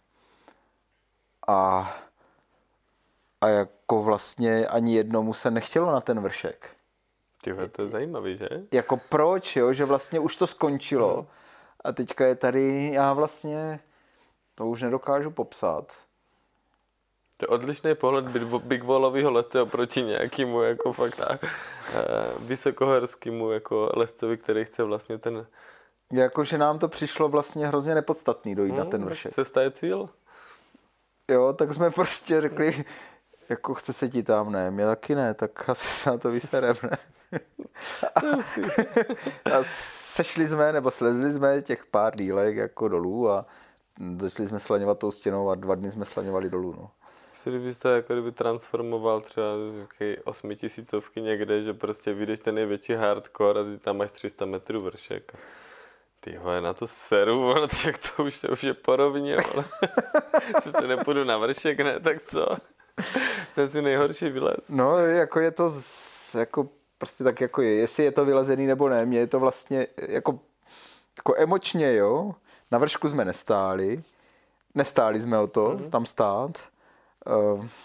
Speaker 2: A, a jako vlastně ani jednomu se nechtělo na ten vršek.
Speaker 1: Tyhle, to je zajímavý, že?
Speaker 2: Jako proč, jo, že vlastně už to skončilo hmm. a teďka je tady, já vlastně to už nedokážu popsat.
Speaker 1: To je odlišný pohled Big Wallovýho lesce oproti nějakému jako fakt a, a, vysokohorskému jako lescovi, který chce vlastně ten...
Speaker 2: Jakože nám to přišlo vlastně hrozně nepodstatný dojít hmm, na ten vršek.
Speaker 1: Cesta je cíl?
Speaker 2: Jo, tak jsme prostě řekli, jako chce se ti tam, ne, mě taky ne, tak asi se na to vyserem, ne? A, a sešli jsme, nebo slezli jsme těch pár dílek jako dolů a začali jsme slaňovat tou stěnou a dva dny jsme slaňovali dolů, no.
Speaker 1: Si kdybys to jako kdyby transformoval třeba v osmitisícovky někde, že prostě vyjdeš ten největší hardcore a ty tam máš tři sta metrů vršek. Ty je na to seru, ale tak to už, to už je porovně, ale že se nepůjdu na vršek, ne, tak co? Jsem si nejhorší vylez.
Speaker 2: No, jako je to z, jako prostě tak jako je, jestli je to vylezený nebo ne, mně je to vlastně jako, jako emočně, jo, na vršku jsme nestáli, nestáli jsme o to, mm-hmm. tam stát, uh,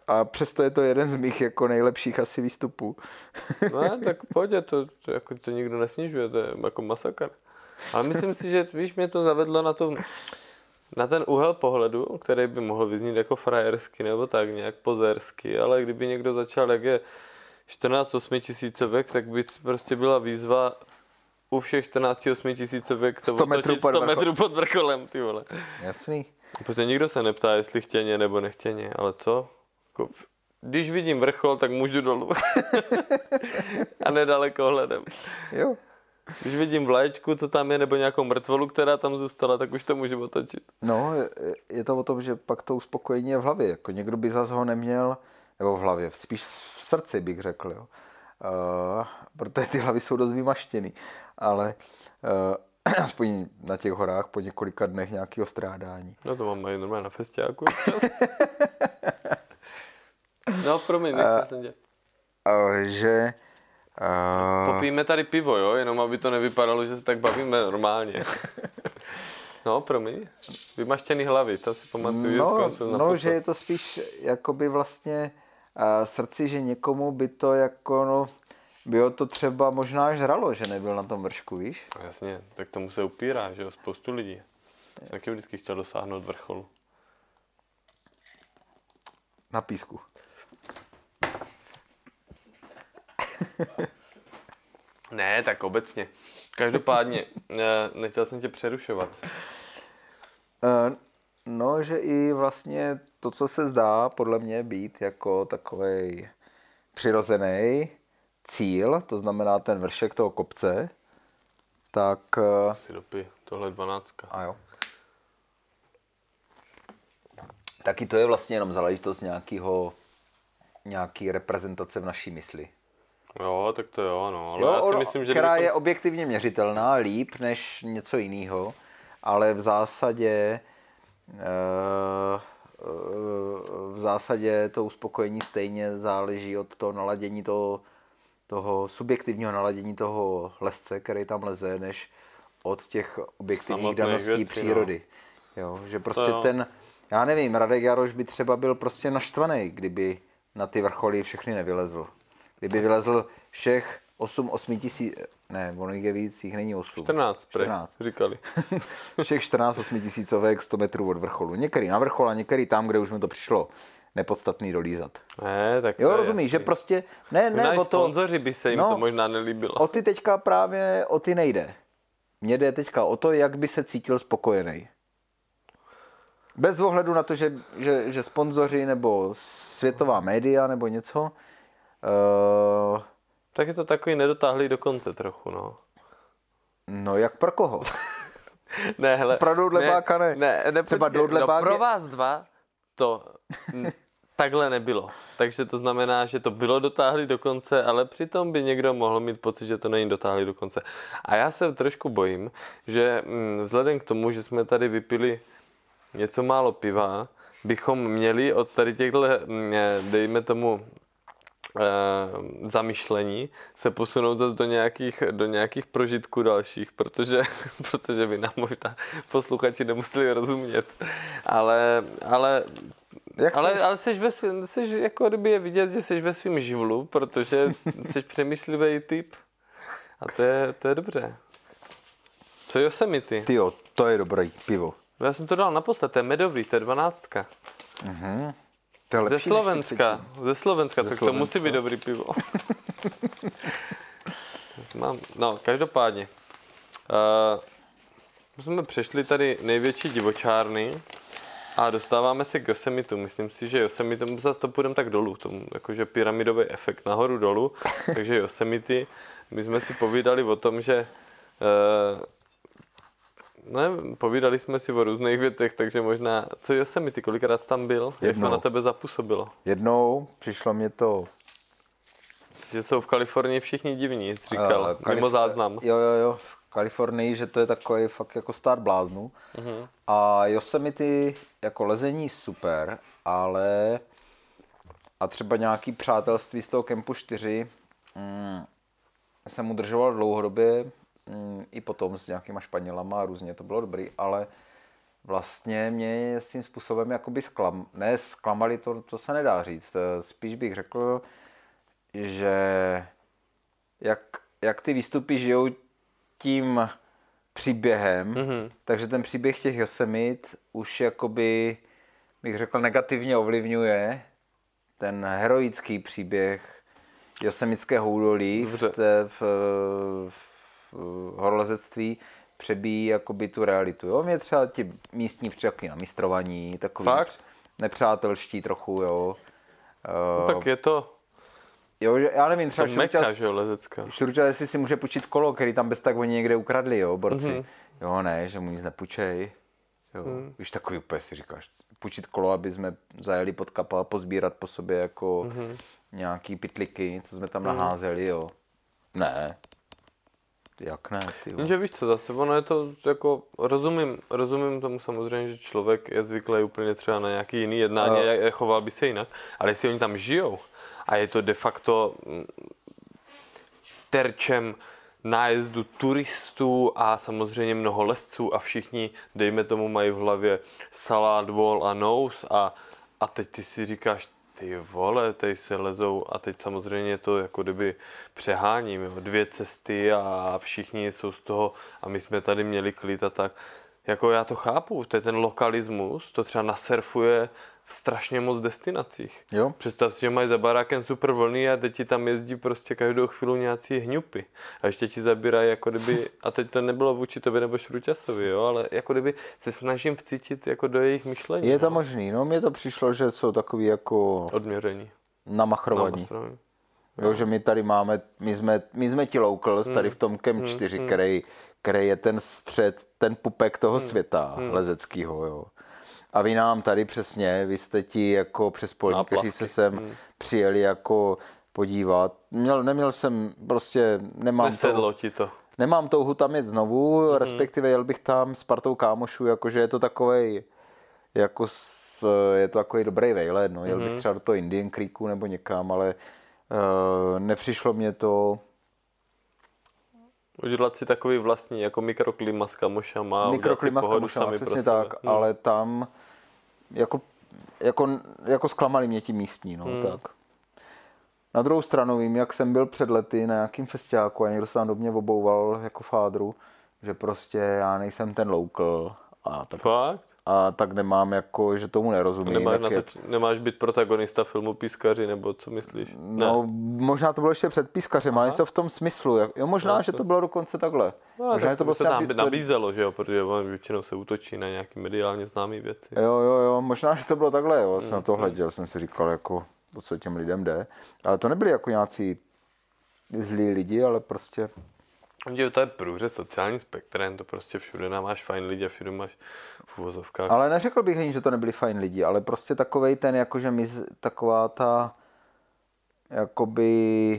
Speaker 2: A přesto je to jeden z mých jako nejlepších asi výstupů.
Speaker 1: No, tak pojď, to, to, jako, to nikdo nesnižuje, to je jako masakr. Ale myslím si, že víš, mě to zavedlo na, to, na ten úhel pohledu, který by mohl vyznít jako frajersky nebo tak nějak pozersky, ale kdyby někdo začal, jak je čtrnáct osmitisícovek, tak by prostě byla výzva u všech čtrnáct osmitisícovek to otočit sto metrů pod vrcholem, ty vole.
Speaker 2: Jasný.
Speaker 1: Protože nikdo se neptá, jestli chtěně nebo nechtěně, ale co? Jako, když vidím vrchol, tak můžu dolů. A nedaleko hledem.
Speaker 2: Jo.
Speaker 1: Když vidím vlaječku, co tam je, nebo nějakou mrtvolu, která tam zůstala, tak už to můžu otočit.
Speaker 2: No, je, je to o tom, že pak to uspokojení je v hlavě. Jako někdo by zase ho neměl, nebo v hlavě, spíš v srdci bych řekl, jo. Uh, protože ty hlavy jsou dost vymaštěný. Ale uh, aspoň na těch horách po několika dnech nějakého strádání.
Speaker 1: No to mám mají normálně na festiáku. No, promiň, nechtěl uh, jsem tě.
Speaker 2: Uh, že... Uh...
Speaker 1: Popijeme tady pivo, jo, jenom aby to nevypadalo, že se tak bavíme normálně. No, promiň. Vymaštěný hlavy, to si pamatuju.
Speaker 2: No, no že je to spíš jakoby vlastně uh, v srdci, že někomu by to jako, no, by ho to třeba možná až žralo, že nebyl na tom vršku, víš?
Speaker 1: No, jasně, tak tomu se upírá, že jo, spoustu lidí. Jsem taky vždycky chtěl dosáhnout vrcholu.
Speaker 2: Na písku.
Speaker 1: Ne, tak obecně. Každopádně, nechtěl jsem tě přerušovat.
Speaker 2: No, že i vlastně to, co se zdá podle mě být jako takovej přirozený cíl, to znamená ten vršek toho kopce, tak...
Speaker 1: Si dopij, tohle je dvanáctka.
Speaker 2: A jo. Taky to je vlastně jenom záležitost nějakého, nějaký reprezentace v naší mysli.
Speaker 1: Jo, tak to jo, no. Ale
Speaker 2: jo,
Speaker 1: já si
Speaker 2: ono,
Speaker 1: myslím, že
Speaker 2: která
Speaker 1: kdybychom...
Speaker 2: je objektivně měřitelná, líp než něco jiného, ale v zásadě v zásadě to uspokojení stejně záleží od toho naladění toho, toho subjektivního naladění toho lesce, který tam leze, než od těch objektivních
Speaker 1: Samotných
Speaker 2: daností
Speaker 1: věcí,
Speaker 2: přírody. No. Jo, že prostě
Speaker 1: to
Speaker 2: ten, já nevím, Radek Jaroš by třeba byl prostě naštvaný, kdyby na ty vrcholy všechny nevylezl. Kdyby vylezl všech osm, osm tisíc, ne, ono jich je víc, jich není osm.
Speaker 1: čtrnáct, čtrnáct. říkali.
Speaker 2: Všech čtrnáct osmitisícovek sto metrů od vrcholu. Některý na vrchol a některý tam, kde už mi to přišlo nepodstatný dolízat.
Speaker 1: Ne, tak to
Speaker 2: jo,
Speaker 1: je
Speaker 2: rozumíš, že prostě, ne, ne,
Speaker 1: ne,
Speaker 2: o to...
Speaker 1: sponzoři by se jim
Speaker 2: no,
Speaker 1: to možná nelíbilo.
Speaker 2: O ty teďka právě, o ty nejde. Mně jde teďka o to, jak by se cítil spokojený. Bez ohledu na to, že, že, že sponzoři nebo světová média nebo něco... Uh,
Speaker 1: tak je to takový nedotáhlý do konce trochu, no.
Speaker 2: No jak pro koho?
Speaker 1: Ne, hele.
Speaker 2: Pro Doudlebáka ne.
Speaker 1: Ne, ne,
Speaker 2: třeba
Speaker 1: počkej,
Speaker 2: Doudlebák
Speaker 1: no, pro
Speaker 2: je...
Speaker 1: vás dva to m, takhle nebylo. Takže to znamená, že to bylo dotáhlý do konce, ale přitom by někdo mohl mít pocit, že to není dotáhlý do konce. A já se trošku bojím, že m, vzhledem k tomu, že jsme tady vypili něco málo piva, bychom měli od tady těchto, dejme tomu, e, zamyšlení se posunout zase do nějakých, do nějakých prožitků dalších, protože, protože by nám možná posluchači nemuseli rozumět. Ale, ale, ale, ale jsi, ve svým, jsi jako kdyby je vidět, že jsi ve svým živlu, protože jsi přemýšlivý typ. A to je, to je dobře. Co Yosemite?
Speaker 2: Tyjo, to je dobrý pivo.
Speaker 1: Já jsem to dal naposled, to je medový, to je dvanáctka.
Speaker 2: Mhm.
Speaker 1: Ze Slovenska, ze Slovenska,
Speaker 2: ze
Speaker 1: tak
Speaker 2: Slovenska.
Speaker 1: To musí být dobrý pivo. Mám, no, každopádně. Uh, jsme přešli tady největší divočárny a dostáváme se k Yosemitu. Myslím si, že Yosemite, zase to půjdeme tak dolů, tomu, jakože pyramidový efekt nahoru dolů, takže Yosemite, my jsme si povídali o tom, že uh, ne, povídali jsme si o různých věcech, takže možná, co Yosemite, kolikrát jsi tam byl? Jednou. Jak to na tebe zapůsobilo?
Speaker 2: Jednou, přišlo mě to...
Speaker 1: Že jsou v Kalifornii všichni divní, jsi říkal, uh, Kalif- mimo záznam.
Speaker 2: Jo, jo, jo, v Kalifornii, že to je takový fakt jako stát bláznů. Uh-huh. A Yosemite jako lezení super, ale a třeba nějaký přátelství z toho kempu čtyři mm, jsem udržoval dlouhodobě, mm, i potom s nějakýma Španělama a různě, to bylo dobrý, ale vlastně mě s tím způsobem jakoby sklam, ne zklamali, to, to se nedá říct. Spíš bych řekl, že jak, jak ty výstupy žijou tím příběhem, mm-hmm. takže ten příběh těch Yosemite už jakoby, bych řekl, negativně ovlivňuje ten heroický příběh Yosemitského údolí v, té, v, v horolezectví přebíjí jakoby tu realitu. Jo? Mě třeba ti místní přijeli na mistrovaní, takový
Speaker 1: Fakt?
Speaker 2: nepřátelští trochu, jo.
Speaker 1: No, tak je to...
Speaker 2: Jo, že, já nevím, třeba
Speaker 1: Meka, že jo, lezecká.
Speaker 2: Šruča, jestli si může půjčit kolo, který tam bez tak oni někde ukradli, jo, borci. Mm-hmm. Jo, ne, že mu nic nepůjčej. Jo, mm. Víš, takový úplně si říkáš, půjčit kolo, aby jsme zajeli pod kapa a pozbírat po sobě jako mm-hmm. nějaký pytliky, co jsme tam mm. naházeli, jo. Ne. Jak ne, ty jo.
Speaker 1: Že víš co, zase ono je to jako, rozumím, rozumím tomu samozřejmě, že člověk je zvyklý úplně třeba na nějaký jiný jednání, a... choval by se jinak, ale jestli oni tam žijou a je to de facto terčem nájezdu turistů a samozřejmě mnoho lesců a všichni, dejme tomu, mají v hlavě salát, vol a nous a, a teď ty si říkáš, ty vole, teď se lezou a teď samozřejmě to jako kdyby přeháním, jo, dvě cesty a všichni jsou z toho a my jsme tady měli klid a tak. Jako já to chápu, to je ten lokalismus, to třeba nasurfuje v strašně moc destinacích.
Speaker 2: Jo.
Speaker 1: Představ si, že mají za barákem super vlny a teď ti tam jezdí prostě každou chvíli nějací hňupy. A ještě ti zabírají jako kdyby, a teď to nebylo vůči tobě nebo Šruťasovi, jo, ale jako kdyby se snažím vcítit jako do jejich myšlení.
Speaker 2: Je to
Speaker 1: no.
Speaker 2: možný, no mně to přišlo, že jsou takový jako...
Speaker 1: Odměření.
Speaker 2: Namachrovaní. Jo, že my tady máme, my jsme, my jsme ti locals tady v tom Camp čtyři, hmm. který, který je ten střed, ten pupek toho hmm. světa hmm. lezeckýho, jo. A vy nám tady přesně, vy jste ti jako přespolní, kteří se sem hmm. přijeli jako podívat. Měl, neměl jsem prostě, nemám
Speaker 1: Nesedlo ti to.
Speaker 2: Nemám touhu tam jet znovu, hmm. respektive jel bych tam s partou kámošů, jakože je to takovej, jako s, je to takový dobrý vejlet, no. Jel hmm. bych třeba do toho Indian Creeku nebo někam, ale uh, nepřišlo mě to.
Speaker 1: Udělat si takový vlastní, jako mikroklima s kamošama.
Speaker 2: Mikroklima s kamošama, přesně tak, hmm. ale tam jako, jako, jako zklamali mě ti místní, no, hmm. tak. Na druhou stranu vím, jak jsem byl před lety na nějakým festiáku a někdo se tam do mě obouval jako fádru, že prostě já nejsem ten local a tak,
Speaker 1: Fakt?
Speaker 2: a tak nemám jako, že tomu nerozumím.
Speaker 1: Nemáš, na to,
Speaker 2: je...
Speaker 1: nemáš být protagonista filmu Pískaři, nebo co myslíš?
Speaker 2: No,
Speaker 1: ne.
Speaker 2: možná to bylo ještě před Pískařem, ale něco v tom smyslu. Jo, možná, no, že to bylo dokonce takhle.
Speaker 1: No,
Speaker 2: možná,
Speaker 1: tak
Speaker 2: to,
Speaker 1: to by se tam
Speaker 2: nabí...
Speaker 1: nabízelo, že jo, protože většinou se útočí na nějaký mediálně známý věci.
Speaker 2: Jo, jo, jo, možná, že to bylo takhle, jo, jsem mm, na to hleděl, mm. jsem si říkal, jako, o co těm lidem jde. Ale to nebyli jako nějací zlí lidi, ale prostě...
Speaker 1: To je průřez sociální spektrem, to prostě všude máš fajn lidi a všude máš v uvozovkách.
Speaker 2: Ale neřekl bych ani, že to nebyli fajn lidi, ale prostě takovej ten, jakože my, taková ta, jakoby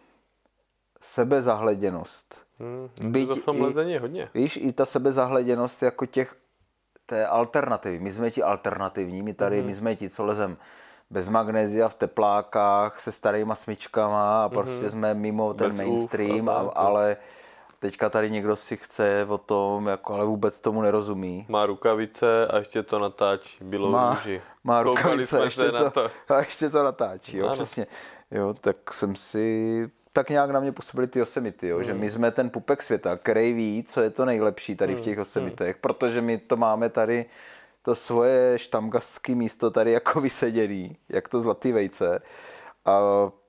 Speaker 2: sebezahleděnost.
Speaker 1: Hmm, Byť to v tom lezení je hodně.
Speaker 2: Víš, i ta sebezahleděnost jako těch, té alternativy. My jsme ti alternativní, my tady, hmm. my jsme ti, co lezem bez magnézia v teplákách, se starýma smyčkama a prostě mm-hmm. jsme mimo ten bez mainstream, a, ale teďka tady někdo si chce o tom, jako, ale vůbec tomu nerozumí.
Speaker 1: Má rukavice a ještě to natáčí, bílou
Speaker 2: má,
Speaker 1: růži.
Speaker 2: Má rukavice ještě to, to. a ještě to natáčí, jo,
Speaker 1: ano.
Speaker 2: přesně. Jo, tak jsem si, tak nějak na mě působily ty Yosemity, jo, mm. že my jsme ten pupek světa, který ví, co je to nejlepší tady mm. v těch Yosemitech, mm. protože my to máme tady to svoje štamgastské místo tady jako vyseděný, jak to zlatý vejce. A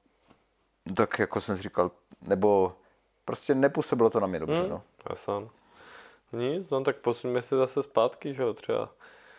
Speaker 2: tak jako jsem si říkal, nebo prostě nepůsobilo to na mě dobře, hmm, no.
Speaker 1: Já sám. Nic, no tak posuňme se zase zpátky, že jo, třeba.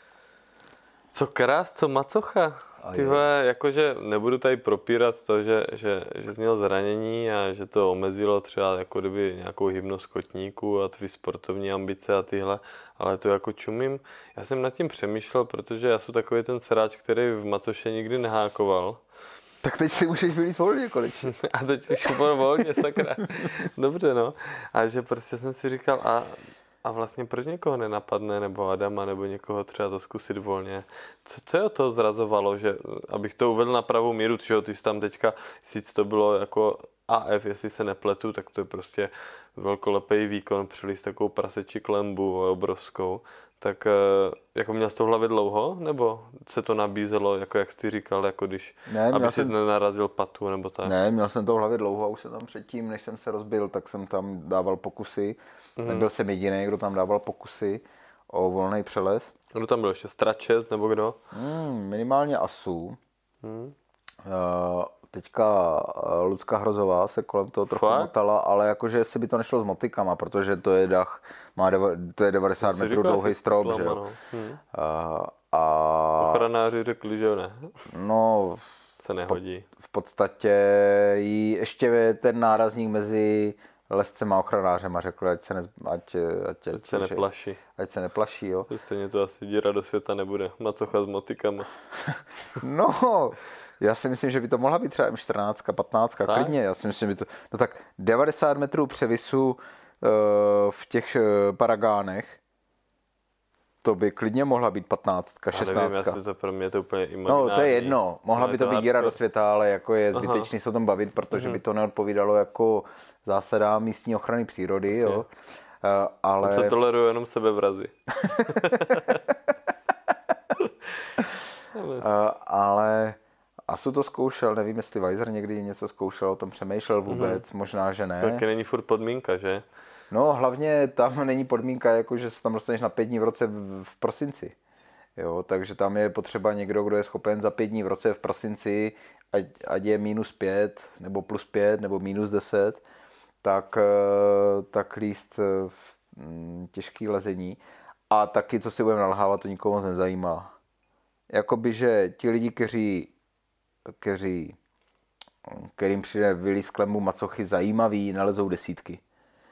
Speaker 1: Co krás, co macocha. Tyhle, jakože nebudu tady propírat to, že, že, že jsi měl zranění a že to omezilo třeba jako kdyby nějakou hybnost kotníku a tvý sportovní ambice a tyhle, ale to jako čumím. Já jsem nad tím přemýšlel, protože já jsem takový ten sráč, který v macoše nikdy nehákoval.
Speaker 2: Tak teď si můžeš vylít volně konečně.
Speaker 1: A teď už úplně volně, sakra. Dobře, no. A že prostě jsem si říkal, a A vlastně proč někoho nenapadne, nebo Adama, nebo někoho třeba to zkusit volně? Co, co je to zrazovalo, že, abych to uvedl na pravou míru, že ty jsi tam teďka, sice to bylo jako A F, jestli se nepletu, tak to je prostě velkolepý výkon, přilíst takovou prasečí klembu obrovskou. tak jako měl jsi to v hlavě dlouho, nebo se to nabízelo, jako jak jsi říkal, jako když,
Speaker 2: ne,
Speaker 1: aby
Speaker 2: jsem...
Speaker 1: jsi nenarazil patu, nebo tak?
Speaker 2: Ne, měl jsem to v hlavě dlouho a už jsem tam předtím, než jsem se rozbil, tak jsem tam dával pokusy. Mm-hmm. Nebyl jsem jediný, kdo tam dával pokusy o volný přeles.
Speaker 1: Kdo tam byl ještě? Stračes, nebo kdo?
Speaker 2: Hmm, minimálně Asu.
Speaker 1: Hmm.
Speaker 2: Uh, teďka Lucka Hrozová se kolem toho trochu
Speaker 1: Fakt?
Speaker 2: motala, ale jakože jestli by to nešlo s motikama, protože to je dach, má deva, to je devadesát metrů dlouhý strop, že jo.
Speaker 1: Hmm.
Speaker 2: Uh, a...
Speaker 1: Ochranáři řekli, že ne.
Speaker 2: No,
Speaker 1: se nehodí.
Speaker 2: V, v podstatě jí ještě ten nárazník mezi lescem a ochranářem a řekl, ať se, ne, ať, ať,
Speaker 1: ať se neplaší.
Speaker 2: Ať se neplaší, jo.
Speaker 1: Stejně to asi díra do světa nebude. Macocha s motikama.
Speaker 2: No, já si myslím, že by to mohla být třeba em čtrnáct, patnáct, tak? Klidně. Já si myslím, že by to... No tak devadesát metrů převisu uh, v těch uh, Paragánech, to by klidně mohla být patnáct, šestnáct.
Speaker 1: Já nevím, to pro mě je to úplně imaginární.
Speaker 2: No, to je jedno. Mohla no, by to být díra do světa, ale jako je zbytečný Aha. se o tom bavit, protože uh-huh. by to neodpovídalo jako zásada místní ochrany přírody, jo. Uh, ale...
Speaker 1: On se toleruje jenom sebevrazy.
Speaker 2: uh, ale Asu to zkoušel, nevím, jestli Weiser někdy něco zkoušel, o tom přemýšlel vůbec, uh-huh. možná, že ne.
Speaker 1: Taky není furt podmínka, že?
Speaker 2: No, hlavně tam není podmínka, jako že se tam dostaneš na pět dní v roce v, v prosinci. Jo, takže tam je potřeba někdo, kdo je schopen za pět dní v roce v prosinci, ať, ať je minus pět, nebo plus pět, nebo minus deset, tak, tak líst v těžký lezení. A taky, co si budeme nalhávat, to nikoho moc nezajímá. Jakoby, že ti lidi, kteří, kteří, kterým přijde vylíz klembu macochy zajímavý, nalezou desítky.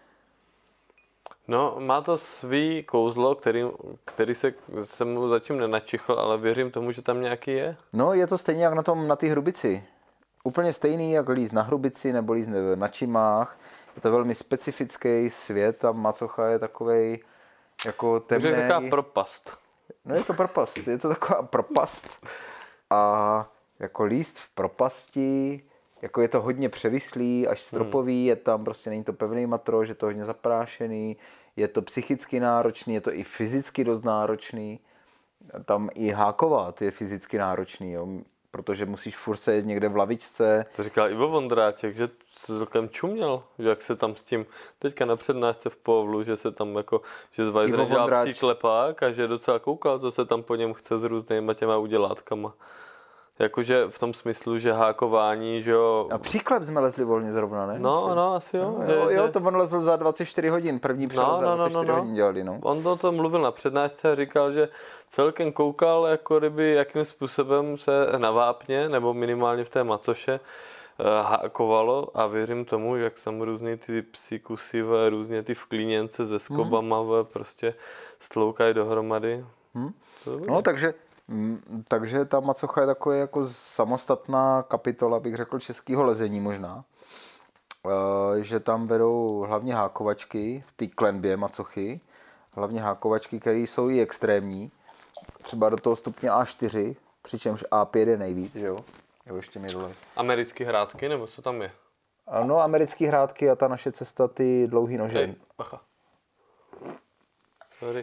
Speaker 1: No, má to svý kouzlo, který, který se, se mu zatím nenačichl, ale věřím tomu, že tam nějaký je.
Speaker 2: No, je to stejně jak na tom, na té hrubici. Úplně stejný, jak líz na hrubici nebo líz na čimách. Je to velmi specifický svět a macocha je takovej jako temnej.
Speaker 1: Je to taková propast.
Speaker 2: No, je to propast, je to taková propast. A jako líst v propasti, jako je to hodně převislý, až stropový, hmm. je tam prostě, není to pevný matro, že to hodně zaprášený, je to psychicky náročný, je to i fyzicky dost náročný. Tam i hákovat je fyzicky náročný, jo, protože musíš furt sedět někde v lavičce.
Speaker 1: To říkal Ivo Vondráček, že se celkem čuměl, že jak se tam s tím, teďka na přednášce v Povlu, že se tam jako, že z Weiser dělal Vondráč... příklepák a že docela koukal, co se tam po něm chce s různýma těma udělátkama. Jakože v tom smyslu, že hákování, že jo...
Speaker 2: A příklep jsme lezli volně zrovna, ne?
Speaker 1: No, asi. no, asi jo.
Speaker 2: No,
Speaker 1: že,
Speaker 2: jo,
Speaker 1: že...
Speaker 2: jo, to on lezl za dvacet čtyři hodin, první přelez
Speaker 1: no,
Speaker 2: za
Speaker 1: no,
Speaker 2: dvacet čtyři
Speaker 1: no, no,
Speaker 2: hodin dělali, no.
Speaker 1: On o tom mluvil na přednášce a říkal, že celkem koukal, jako kdyby, jakým způsobem se na vápně, nebo minimálně v té macoše, hákovalo a věřím tomu, jak tam různý ty psíkusy, různě ty vklíněnce se skobama hmm. prostě stloukají dohromady.
Speaker 2: Hmm. No, takže Takže ta macocha je takový jako samostatná kapitola, bych řekl, českého lezení možná. E, že tam vedou hlavně hákovačky v té klenbě macochy. Hlavně hákovačky, které jsou i extrémní. Třeba do toho stupně á čtyři, přičemž á pět je nejvíc, že jo? Jo, ještě mi dole.
Speaker 1: Americké hrádky, nebo co tam je?
Speaker 2: Ano, americké hrádky a ta naše cesta, ty dlouhý nože.
Speaker 1: Hej, bacha. Sorry.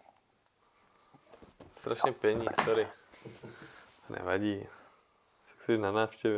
Speaker 1: Strašně pění, sorry. Nevadí. Jsi na návštěvě.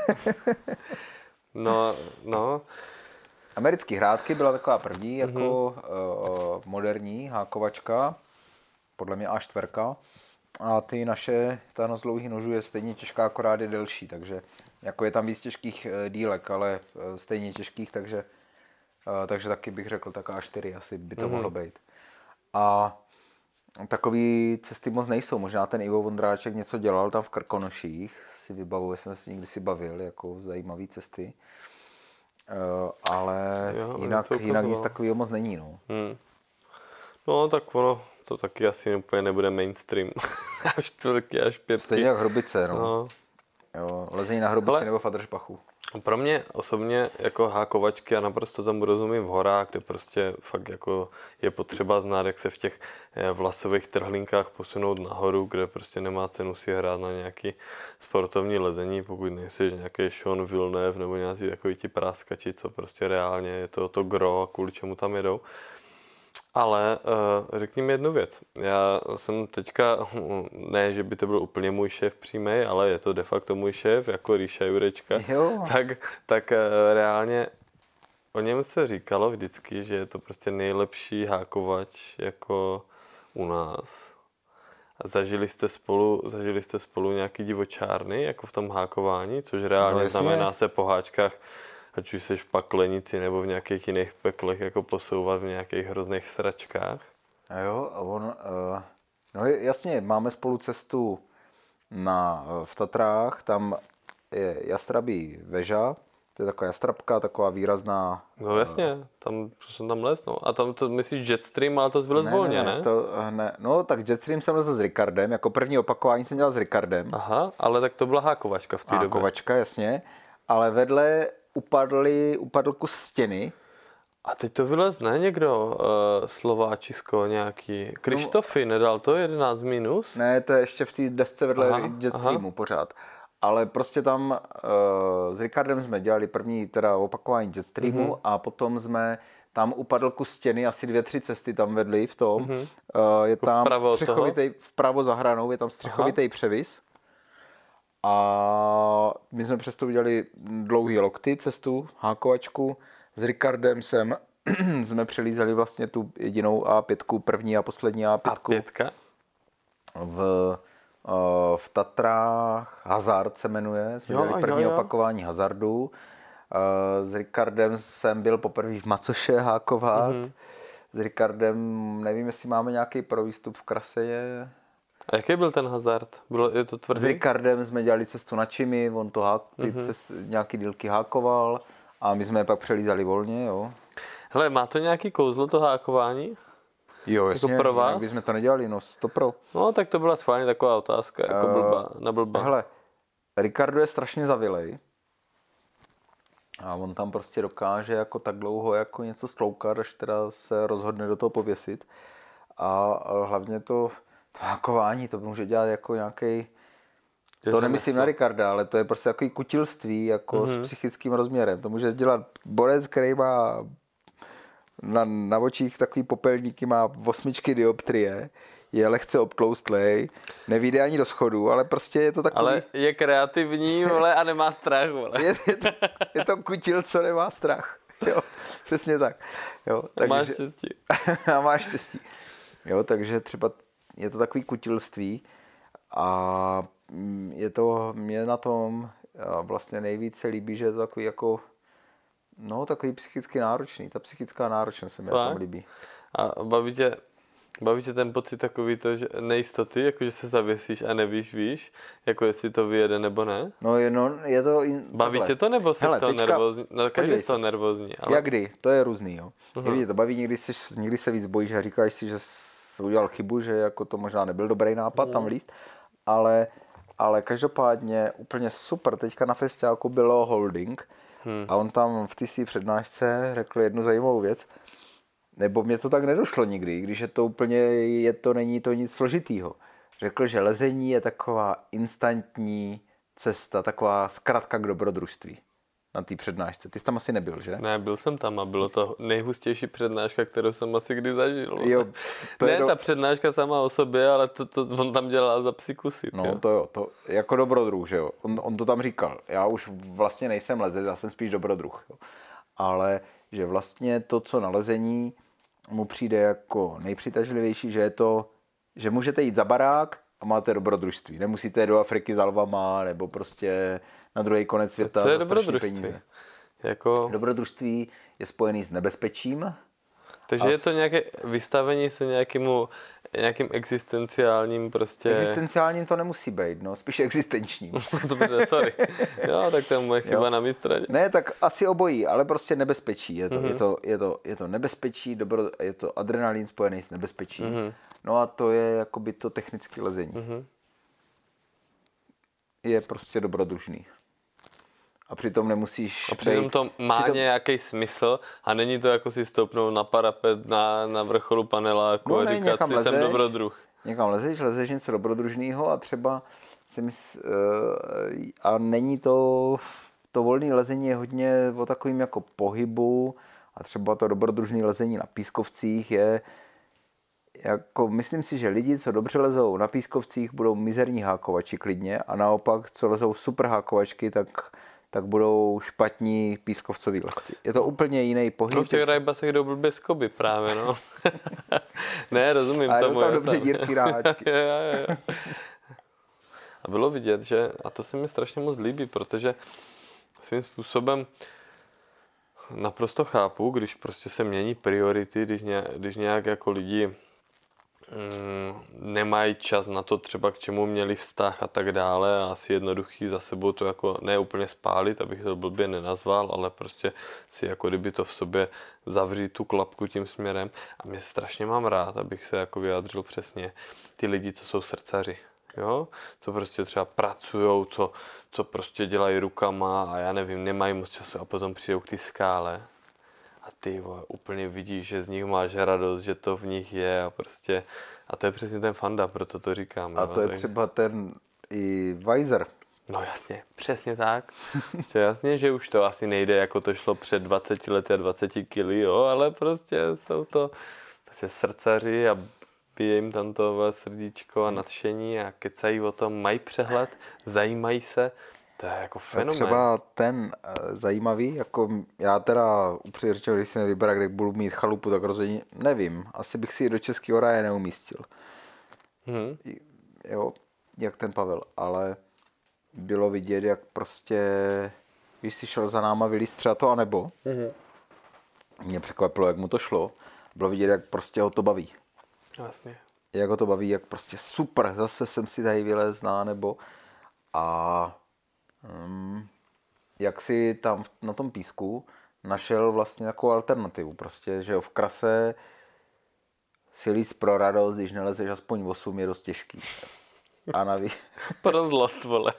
Speaker 1: No, no.
Speaker 2: Americké hrádky byla taková první, jako mm-hmm. uh, moderní hákovačka, podle mě á čtyři. A ty naše, ta noc dlouhých nožů je stejně těžká, akorát je delší, takže jako je tam víc těžkých uh, dílek, ale uh, stejně těžkých, takže, uh, takže taky bych řekl tak á čtyři asi by to mm-hmm. mohlo být. A takový cesty moc nejsou. Možná ten Ivo Vondráček něco dělal tam v Krkonoších, si vybavuji, jsem se někdy si bavil, jako zajímavý cesty. Uh, ale jo, jinak, jinak nic takového moc není. No.
Speaker 1: Hmm. No tak ono, to taky asi úplně nebude mainstream. Až čtvrtky, až pětky.
Speaker 2: Stejně jak hrubice, no. no. Jo, lezení na hrubici ale... nebo v Adršbachu.
Speaker 1: Pro mě osobně jako hákovačky, já naprosto tomu rozumím v horách, kde prostě fakt jako je potřeba znát, jak se v těch vlasových trhlinkách posunout nahoru, kde prostě nemá cenu si hrát na nějaký sportovní lezení, pokud nejsi nějaký Sean Villeneuve nebo nějaký takový ti práskači, co prostě reálně je to to gro a kvůli čemu tam jedou. Ale uh, řekni mi jednu věc. Já jsem teďka, ne, že by to byl úplně můj šéf přímý, ale je to de facto můj šéf, jako Ríša Jurečka.
Speaker 2: Jo.
Speaker 1: Tak, tak uh, reálně o něm se říkalo vždycky, že je to prostě nejlepší hákovač jako u nás. A zažili jste spolu, zažili jste spolu nějaký divočárny, jako v tom hákování, což reálně no, znamená se po háčkách, ať už jsi v paklenici nebo v nějakých jiných peklech, jako posouvat v nějakých hrozných sračkách.
Speaker 2: A jo, a on, uh, no jasně, máme spolu cestu na, v Tatrách, tam je Jastrabí veža, to je taková jastrabka, taková výrazná.
Speaker 1: No jasně, tam jsem tam les, no. A tam to myslíš Jetstream, ale to vylez
Speaker 2: ne,
Speaker 1: volně,
Speaker 2: ne?
Speaker 1: ne?
Speaker 2: To, ne? No tak Jetstream jsem lezl s Ricardem, jako první opakování jsem dělal s Ricardem.
Speaker 1: Aha, ale tak to byla hákovačka v té době.
Speaker 2: Hákovačka, jasně, ale vedle upadly, upadl kus stěny.
Speaker 1: A teď to vylez, ne, někdo, uh, Slováčisko nějaký, Krištofy, no, nedal to jedenáct minus?
Speaker 2: Ne, to je ještě v té desce vedle
Speaker 1: aha,
Speaker 2: Jetstreamu aha. pořád. Ale prostě tam uh, s Ricardem jsme dělali první teda opakování Jetstreamu mm-hmm. a potom jsme tam upadl kus stěny, asi dvě, tři cesty tam vedli v tom. Mm-hmm. Uh, je tam střechovitej, vpravo za hranou, je tam střechovitý převis. A my jsme přesto udělali dlouhý lokty, cestu, hákovačku. S Ricardem jsem, jsme přelízali vlastně tu jedinou á pět, první a poslední á pět.
Speaker 1: á pět?
Speaker 2: V, v Tatrách, Hazard se jmenuje, jsme jo, dělali první jo, jo. opakování Hazardu. S Ricardem jsem byl poprvé v Macoše hákovat. Mm-hmm. S Ricardem, nevím, jestli máme nějaký provýstup v Kraseje.
Speaker 1: A jaký byl ten Hazard? Bylo, je to tvrdý?
Speaker 2: S Ricardem jsme dělali cestu na Čimy, on to hák, ty mm-hmm. cest, nějaký dílky hákoval a my jsme je pak přelízali volně, jo.
Speaker 1: Hele, má to nějaký kouzlo to hákování?
Speaker 2: Jo, jasně,
Speaker 1: jako pro vás?
Speaker 2: Jak bychom to nedělali, no sto pro.
Speaker 1: No, tak to byla schválně taková otázka, jako uh, blbá, na blbá.
Speaker 2: Hele, Ricardo je strašně zavilej a on tam prostě dokáže jako tak dlouho jako něco skloukat, až teda se rozhodne do toho pověsit a, a hlavně to To hákování, to může dělat jako nějaký, to nemyslím na Ricarda, ale to je prostě takový kutilství jako mm-hmm. s psychickým rozměrem. To může dělat borec, který má na, na očích takový popelníky, má osmičky dioptrie, je lehce obtloustlej, nevyjde ani do schodu, ale prostě je to takový...
Speaker 1: Ale je kreativní, vole, a nemá strach, vole.
Speaker 2: Je, je, to, je to kutil, co nemá strach. Jo, přesně tak. Jo, takže,
Speaker 1: máš štěstí.
Speaker 2: A máš štěstí. Jo, takže třeba je to takový kutilství a je to, mě na tom vlastně nejvíce líbí, že je to takový jako, no takový psychicky náročný, ta psychická náročnost se mi na tom líbí.
Speaker 1: A baví tě, baví tě ten pocit takový to, že nejistoty, jako že se zavěsíš a nevíš, víš, jako jestli to vyjede nebo ne?
Speaker 2: No je, no, je to... In,
Speaker 1: baví tě to nebo jsi z toho nervózní? No každý je z toho nervózní. Ale...
Speaker 2: Jak kdy, to je různý, jo. Uh-huh. Někdy to baví, někdy, jsi, někdy se víc bojíš a říkáš si, že udělal chybu, že jako to možná nebyl dobrý nápad mm. tam líst, ale, ale každopádně úplně super. Teďka na festiáku bylo holding hmm. a on tam v té své přednášce řekl jednu zajímavou věc, nebo mě to tak nedošlo nikdy, když je to úplně, je to, není to nic složitýho. Řekl, že lezení je taková instantní cesta, taková zkratka k dobrodružství. Na té přednášce. Ty jsi tam asi nebyl, že?
Speaker 1: Ne, byl jsem tam a bylo to nejhustější přednáška, kterou jsem asi kdy zažil.
Speaker 2: Jo, to
Speaker 1: ne
Speaker 2: je do...
Speaker 1: ta přednáška sama o sobě, ale to, to on tam dělal za psi kusy.
Speaker 2: No jo. to jo, to jako dobrodruh, že jo. On, on to tam říkal. Já už vlastně nejsem lezec, já jsem spíš dobrodruh. Jo. Ale že vlastně to, co na lezení mu přijde jako nejpřitažlivější, že je to, že můžete jít za barák a máte dobrodružství. Nemusíte jít do Afriky s alvama, nebo prostě na druhý konec světa za strašný peníze.
Speaker 1: Jako...
Speaker 2: Dobrodružství je spojený s nebezpečím.
Speaker 1: Takže a... je to nějaké vystavení se nějakému, nějakým existenciálním prostě...
Speaker 2: Existenciálním to nemusí být, no, spíš existenčním.
Speaker 1: Dobře, sorry. Jo, tak to je moje chyba jo. na mé straně.
Speaker 2: Ne, tak asi obojí, ale prostě nebezpečí. Je to, mm-hmm. je to, je to, je to nebezpečí, dobro, je to adrenalin spojený s nebezpečím. Mm-hmm. No a to je jakoby to technické lezení. Mm-hmm. Je prostě dobrodružný. A přitom nemusíš...
Speaker 1: A přitom
Speaker 2: bejt,
Speaker 1: to má přitom... nějaký smysl a není to jako si stoupnout na parapet na, na vrcholu paneláku no, a říkat si, lezeš, jsem dobrodruh.
Speaker 2: Někam lezeš, lezeš něco dobrodružného a třeba si mysl, uh, a není to... To volné lezení je hodně o takovým jako pohybu a třeba to dobrodružné lezení na pískovcích je, jako myslím si, že lidi, co dobře lezou na pískovcích, budou mizerní hákovači klidně a naopak, co lezou super hákovačky, tak, tak budou špatní pískovcoví lesci. Je to úplně jiný pohyb.
Speaker 1: No v těch rajbasech jdou blbě skoby právě, no. Ne, rozumím
Speaker 2: a
Speaker 1: tomu.
Speaker 2: A tam dobře sám. Dírky na háčky.
Speaker 1: jo, jo, jo. A bylo vidět, že, a to se mi strašně moc líbí, protože svým způsobem naprosto chápu, když prostě se mění priority, když, ně, když nějak jako lidi mm, nemají čas na to třeba k čemu měli vztah a tak dále a asi jednoduchý za sebou to jako ne úplně spálit, abych to blbě nenazval, ale prostě si jako kdyby to v sobě zavřít tu klapku tím směrem a mě strašně mám rád, abych se jako vyjádřil přesně ty lidi, co jsou srdcaři. Jo? Co prostě třeba pracujou, co, co prostě dělají rukama a já nevím, nemají moc času a potom přijdou k té skále a ty vole, úplně vidíš, že z nich máš radost, že to v nich je a prostě a to je přesně ten fanda, proto to říkám.
Speaker 2: A
Speaker 1: jo?
Speaker 2: to je
Speaker 1: tak...
Speaker 2: třeba ten i Weiser.
Speaker 1: No jasně, přesně tak. To jasně, že už to asi nejde, jako to šlo před dvaceti lety a dvaceti kily, jo, ale prostě jsou to prostě srdcaři a je jim tam to srdíčko a nadšení a kecají o tom, mají přehled, zajímají se, to je jako fenomén.
Speaker 2: Třeba ten uh, zajímavý, jako já teda upřímně řečeno, když si nevybere, kde budu mít chalupu, tak rozhodně nevím, asi bych si ji do Českého ráje neumístil. Hmm. Jo, jak ten Pavel, ale bylo vidět, jak prostě, když si šel za náma vylíst třeba to anebo, hmm. mě překvapilo, jak mu to šlo, bylo vidět, jak prostě ho to baví.
Speaker 1: Vlastně.
Speaker 2: Jak ho to baví, jak prostě super, zase jsem si tady vylez na nebo a um, jak si tam na tom písku našel vlastně takovou alternativu, prostě, že jo, v krase si líst pro radost, když nelezeš aspoň osm, je dost těžký. A navíc...
Speaker 1: Pro zlost, vole.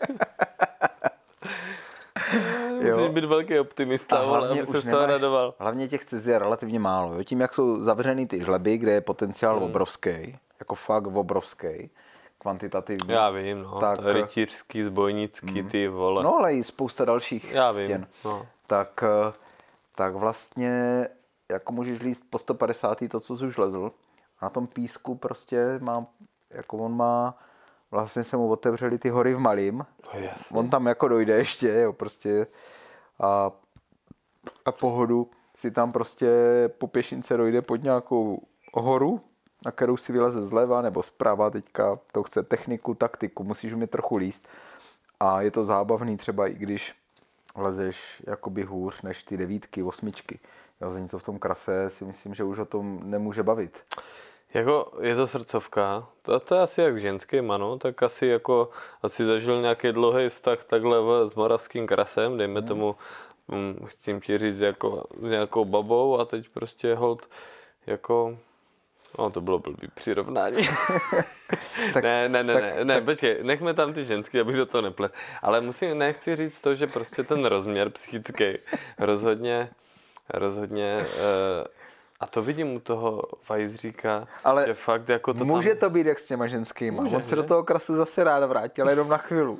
Speaker 1: Musíš být velký optimista, ale aby se z toho radoval.
Speaker 2: Hlavně těch cest je relativně málo. Jo? Tím, jak jsou zavřený ty žleby, kde je potenciál hmm. obrovský, jako fakt obrovský, kvantitativní.
Speaker 1: Já vím, no, tak, to rytířský, zbojnický, hmm. ty vole.
Speaker 2: No, ale i spousta dalších
Speaker 1: Já
Speaker 2: stěn.
Speaker 1: Vím, no.
Speaker 2: Tak, tak vlastně jako můžeš líst po sto padesát to, co jsi už lezl. Na tom písku prostě má, jako on má, vlastně se mu otevřeli ty hory v malým.
Speaker 1: No,
Speaker 2: on tam jako dojde ještě, jo, prostě a, a pohodu si tam prostě po pěšince dojde pod nějakou horu, na kterou si vyleze zleva nebo zprava, teďka to chce techniku, taktiku, musíš umět trochu líst a je to zábavný třeba i když lezeš jakoby hůř než ty devítky, osmičky. Jo, za něco v tom krase si myslím, že už o tom nemůže bavit.
Speaker 1: Jako je to srdcovka, to, to je asi jak s ženským, ano, tak asi jako, asi zažil nějaký dlouhý vztah takhle s moravským krasem, dejme hmm. tomu, hm, chci ti říct, jako s nějakou babou a teď prostě hold, jako, no to bylo blbý přirovnání. tak, ne, ne, ne, tak, ne, ne, tak... počkej, nechme tam ty ženský, abych do toho neplet, ale musím, nechci říct to, že prostě ten rozměr psychický rozhodně, rozhodně, eh, a to vidím u toho Vajzříka,
Speaker 2: ale
Speaker 1: že fakt jako to
Speaker 2: může
Speaker 1: tam...
Speaker 2: to být jak s těma ženskýma.
Speaker 1: Může,
Speaker 2: on se
Speaker 1: ne?
Speaker 2: do toho krasu zase rád vrátil, ale jenom na chvíli.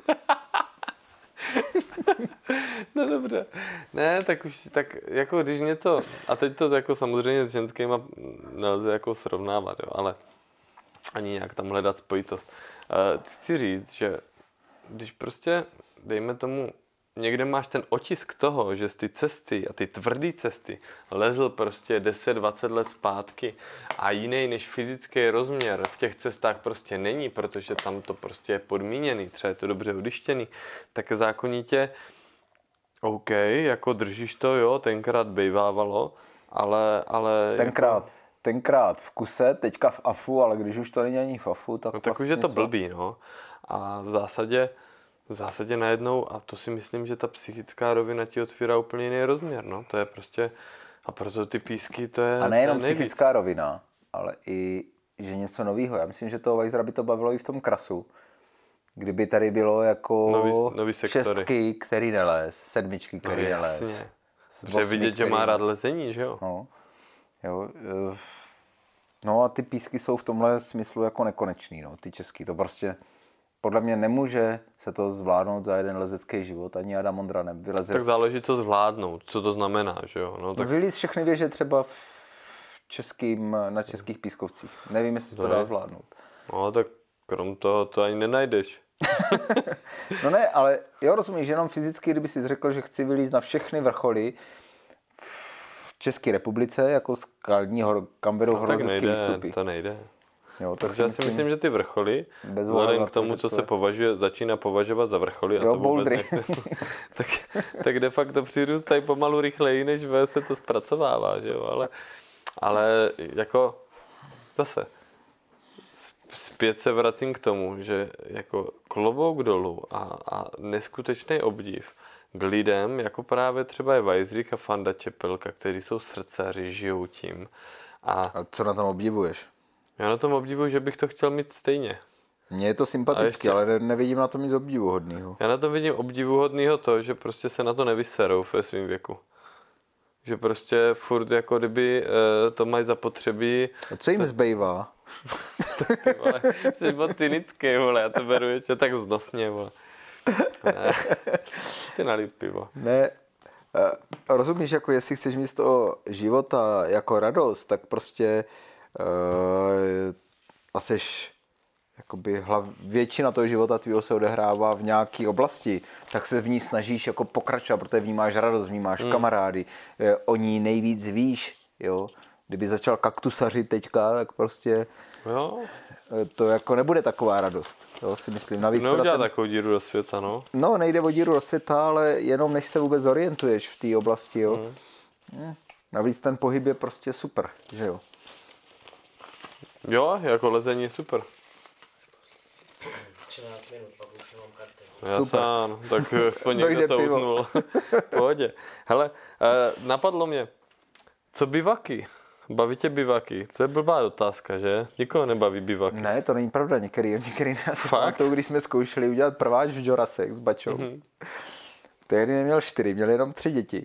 Speaker 1: No dobře. Ne, tak už, tak jako když něco, a teď to jako samozřejmě s ženskýma nelze jako srovnávat, jo, ale ani nějak tam hledat spojitost. Uh, chci říct, že když prostě, dejme tomu, někde máš ten otisk toho, že z ty cesty a ty tvrdý cesty lezl prostě deset dvacet let zpátky a jiný než fyzický rozměr v těch cestách prostě není, protože tam to prostě je podmíněný, třeba je to dobře udištěný, tak zákonitě OK, jako držíš to, jo, tenkrát bejvávalo, ale... ale
Speaker 2: tenkrát,
Speaker 1: jako...
Speaker 2: tenkrát v kuse, teďka v afu, ale když už to není ani v afu, tak
Speaker 1: no,
Speaker 2: vlastně
Speaker 1: tak už je to
Speaker 2: co?
Speaker 1: blbý, no. A v zásadě V zásadě najednou, a to si myslím, že ta psychická rovina ti otvírá úplně jiný rozměr, no, to je prostě, a proto ty písky, to je
Speaker 2: A nejenom
Speaker 1: to je
Speaker 2: psychická rovina, ale i, že něco novýho. Já myslím, že toho Weisera by to bavilo i v tom krasu. Kdyby tady bylo jako
Speaker 1: nový, nový
Speaker 2: šestky, který nelez, sedmičky, který
Speaker 1: no,
Speaker 2: nelez.
Speaker 1: Jasně. Protože vidět, že má rád lezení, že jo?
Speaker 2: No. Jo, no a ty písky jsou v tomhle smyslu jako nekonečný, no, ty český, to prostě podle mě nemůže se to zvládnout za jeden lezecký život, ani Adam Ondra nevyleze.
Speaker 1: Tak záleží, co zvládnout, co to znamená, že jo? No, tak...
Speaker 2: Vylíz všechny věže třeba v českým, na českých pískovcích. Nevím, jestli to dá zvládnout.
Speaker 1: No tak krom toho to ani nenajdeš.
Speaker 2: No ne, ale jo, rozumíš, jenom fyzicky, kdyby si řekl, že chci vylízt na všechny vrcholy v České republice, jako skalní hor, kam vedou
Speaker 1: No,
Speaker 2: horolezecké výstupy.
Speaker 1: To nejde.
Speaker 2: Jo, tak
Speaker 1: Takže já si myslím, že ty vrcholy,
Speaker 2: vzhledem
Speaker 1: k tomu, co
Speaker 2: to
Speaker 1: se
Speaker 2: je...
Speaker 1: považuje, začíná považovat za vrcholy, a
Speaker 2: jo,
Speaker 1: to vůbec
Speaker 2: bouldry.
Speaker 1: nechci, tak, tak de facto přirůstají pomalu rychleji, než se to zpracovává, že jo, ale, ale jako zase zpět se vracím k tomu, že jako klobouk dolů a, a neskutečný obdiv k lidem, jako právě třeba je Vajzrík a Fanda Čepelka, kteří jsou srdcaři, žijou tím. A,
Speaker 2: a co na tom obdivuješ?
Speaker 1: Já na tom obdivuju, že bych to chtěl mít stejně.
Speaker 2: Mně je to sympatický, ještě... ale nevidím na tom nic obdivuhodného.
Speaker 1: Já na tom vidím obdivuhodného to, že prostě se na to nevyserou ve svém věku. Že prostě furt jako kdyby e, to mají zapotřebí.
Speaker 2: A co jim se... zbývá?
Speaker 1: Ty vole, jsi moc cynický, vole, já to beru ještě tak vznosně, vole. Ne, si nalít pivo.
Speaker 2: Ne, rozumíš, jako jestli chceš mít z toho života jako radost, tak prostě uh, a seš jakoby hlav, většina toho života tvýho se odehrává v nějaké oblasti, tak se v ní snažíš jako pokračovat, protože v ní máš radost, v ní máš mm. kamarády, o ní nejvíc víš, jo. Kdyby začal kaktusařit teďka, tak prostě
Speaker 1: jo.
Speaker 2: To jako nebude taková radost, jo, si myslím. Navíc
Speaker 1: neudělá
Speaker 2: ten...
Speaker 1: takovou díru do světa, no.
Speaker 2: No, nejde o díru do světa, ale jenom než se vůbec zorientuješ v té oblasti, jo. Mm. Hm. Navíc ten pohyb je prostě super, že jo.
Speaker 1: Jo, jako lezení je super.
Speaker 3: třináct minut, pak už mám karty.
Speaker 1: Já super. Sám, tak aspoň někdo to utnul. Pohodě. Hele, napadlo mě, co bivaky? Baví tě bivaky? Co je blbá otázka, že? Nikoho nebaví bivaky.
Speaker 2: Ne, to není pravda, některý, některý nás to, když jsme zkoušeli udělat prváč v Jurasech s Bačou. Mm-hmm. Tehdy neměl čtyři, měl jenom tři děti.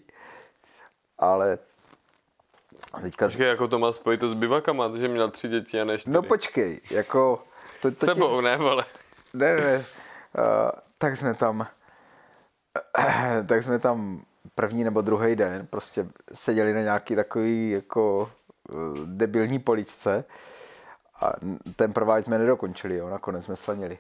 Speaker 2: Ale teďka...
Speaker 1: Počkej, jako to má spojit to s bivakama, že měl tři děti a ne čtyři.
Speaker 2: No počkej, jako... To, to
Speaker 1: Sebou, tě... ne, vole.
Speaker 2: Ne, ne, uh, tak jsme tam... Uh, tak jsme tam první nebo druhý den prostě seděli na nějaký takový jako debilní poličce a ten prváč jsme nedokončili, jo, nakonec jsme slanili.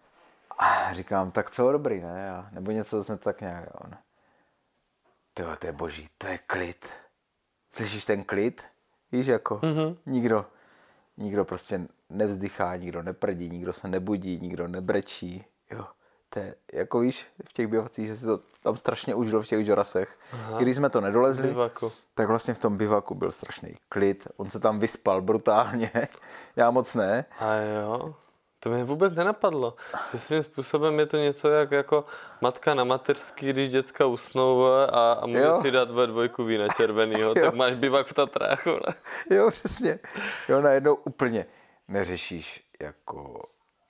Speaker 2: A říkám, tak co dobrý, ne? A nebo něco jsme tak nějak, jo, ne? Tyjo, to je boží, to je klid. Slyšíš ten klid? Víš, jako mm-hmm. nikdo, nikdo prostě nevzdychá, nikdo neprdí, nikdo se nebudí, nikdo nebrečí, jo. To je, jako víš, v těch bivacích, že si to tam strašně užil v těch Jurasech. I když jsme to nedolezli, bivaku. Tak vlastně v tom bivaku byl strašný klid. On se tam vyspal brutálně, já moc ne.
Speaker 1: A jo, to mě vůbec nenapadlo. Že svým způsobem je to něco jak jako matka na mateřský, když děcka usnou a, a může jo. si dát ve dvojku vína červenýho, tak máš bivak v Tatrách. Ne?
Speaker 2: Jo, přesně. Jo, najednou úplně neřešíš jako...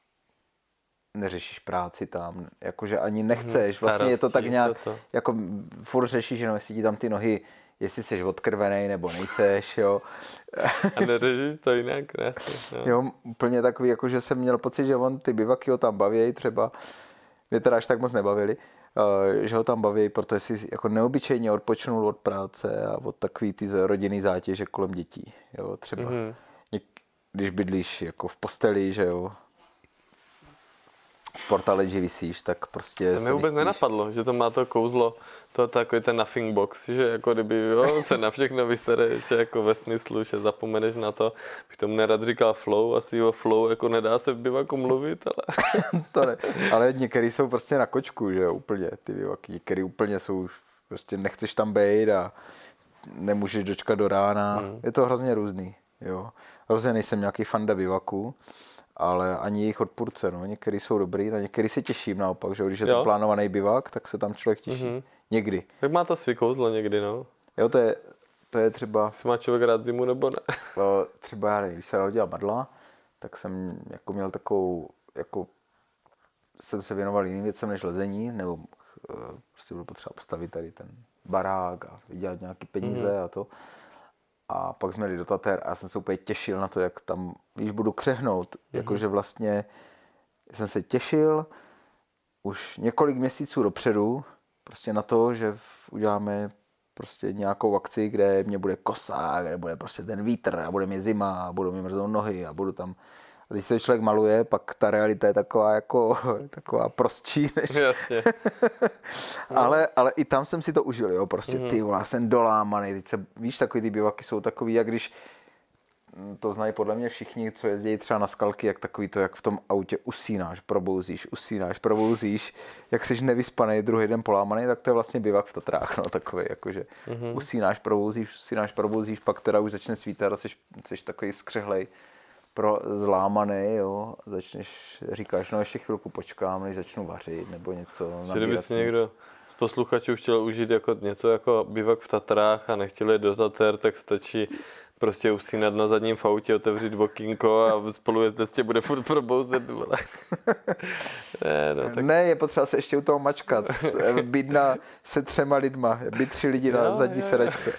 Speaker 2: neřešíš práci tam, jakože ani nechceš, vlastně je to tak nějak, toto. Jako furt řešíš, jenom jestli ti tam ty nohy, jestli jsi odkrvenej nebo nejseš, jo.
Speaker 1: A neřešíš to jinak, krásně. No.
Speaker 2: Jo, úplně takový, jakože jsem měl pocit, že on ty bivaky ho tam baví, třeba, mě teda až tak moc nebavili, že ho tam baví, protože si jako neobyčejně odpočnul od práce a od takový ty rodinný zátěže kolem dětí, jo, třeba. Mm-hmm. Když bydlíš jako v posteli, že jo, portále, že vysíš, tak prostě...
Speaker 1: To mě vůbec nenapadlo, že to má to kouzlo, to je takový ten nothing box, že jako kdyby jo, se na všechno vysereš, jako ve smyslu, že zapomeneš na to, bych tomu nerad říkal flow, asi o flow jako nedá se v bivaku mluvit, ale...
Speaker 2: To ne, ale některý jsou prostě na kočku, že jo, úplně ty bivaky, některý úplně jsou, prostě nechceš tam bejt a nemůžeš dočkat do rána, hmm. Je to hrozně různý, jo. Hrozně nejsem nějaký fanda bivaku, ale ani jejich odpůrce, no. Některý jsou dobrý, na některý se těším naopak, že když je jo. to plánovaný bivak, tak se tam člověk těší. Mm-hmm. Někdy.
Speaker 1: Tak má to svý kouzlo někdy, no.
Speaker 2: Jo, to je, to je třeba...
Speaker 1: Jestli má člověk rád zimu, nebo ne?
Speaker 2: Třeba já nevím, když se narodila Madla, tak jsem jako měl takovou, jako jsem se věnoval jiným věcem než lezení, nebo prostě bylo potřeba postavit tady ten barák a vydělat nějaký peníze mm-hmm. a to. A pak jsme jeli do Tater a já jsem se úplně těšil na to, jak tam, víš, budu křehnout. Mm-hmm. Jakože vlastně jsem se těšil už několik měsíců dopředu prostě na to, že uděláme prostě nějakou akci, kde mě bude kosa, kde bude prostě ten vítr a bude mě zima a budou mi mrznout nohy a budu tam. A když se člověk maluje, pak ta realita je taková jako taková prostší. Než...
Speaker 1: Jasně.
Speaker 2: ale, ale i tam jsem si to užil, jo, prostě mm. ty vole, jsem dolámaný, teď se, víš, takový ty bivaky jsou takový, jak když, to znají podle mě všichni, co jezdí třeba na skalky, jak takový to, jak v tom autě usínáš, probouzíš, usínáš, probouzíš, jak jsi nevyspanej, druhý den polámaný, tak to je vlastně bivak v Tatrách, no, takový, jakože mm-hmm. usínáš, probouzíš, usínáš, probouzíš, pak teda už začne svítat a jsi, jsi takový skřehlej, pro zlámaný, jo, začneš, říkáš, no ještě chvilku počkám, než začnu vařit, nebo něco.
Speaker 1: Že kdyby si někdo z posluchačů chtěl užít jako něco jako bivak v Tatrách a nechtěl jít do Tater, tak stačí prostě usínat na zadním v autě, otevřít okýnko a spolu jezdec tě bude furt probouzet. ne, no, tak...
Speaker 2: ne, je potřeba se ještě u toho mačkat, být na, se třema lidma, být tři lidi na jo, zadní jo, sedačce.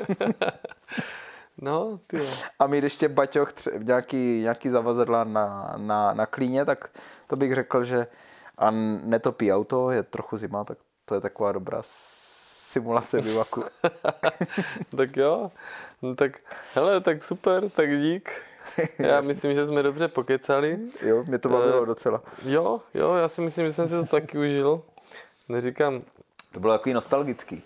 Speaker 1: No, ty.
Speaker 2: A mít ještě baťoch, tře- nějaký, nějaký zavazadla na, na, na klíně, tak to bych řekl, že a netopí auto, je trochu zima, tak to je taková dobrá simulace bivaku.
Speaker 1: Tak jo, no tak hele, tak super, tak dík. Já myslím, že jsme dobře pokecali.
Speaker 2: Jo, mě to bavilo uh, docela.
Speaker 1: Jo, jo, já si myslím, že jsem si to taky užil. Neříkám.
Speaker 2: To bylo takový nostalgický.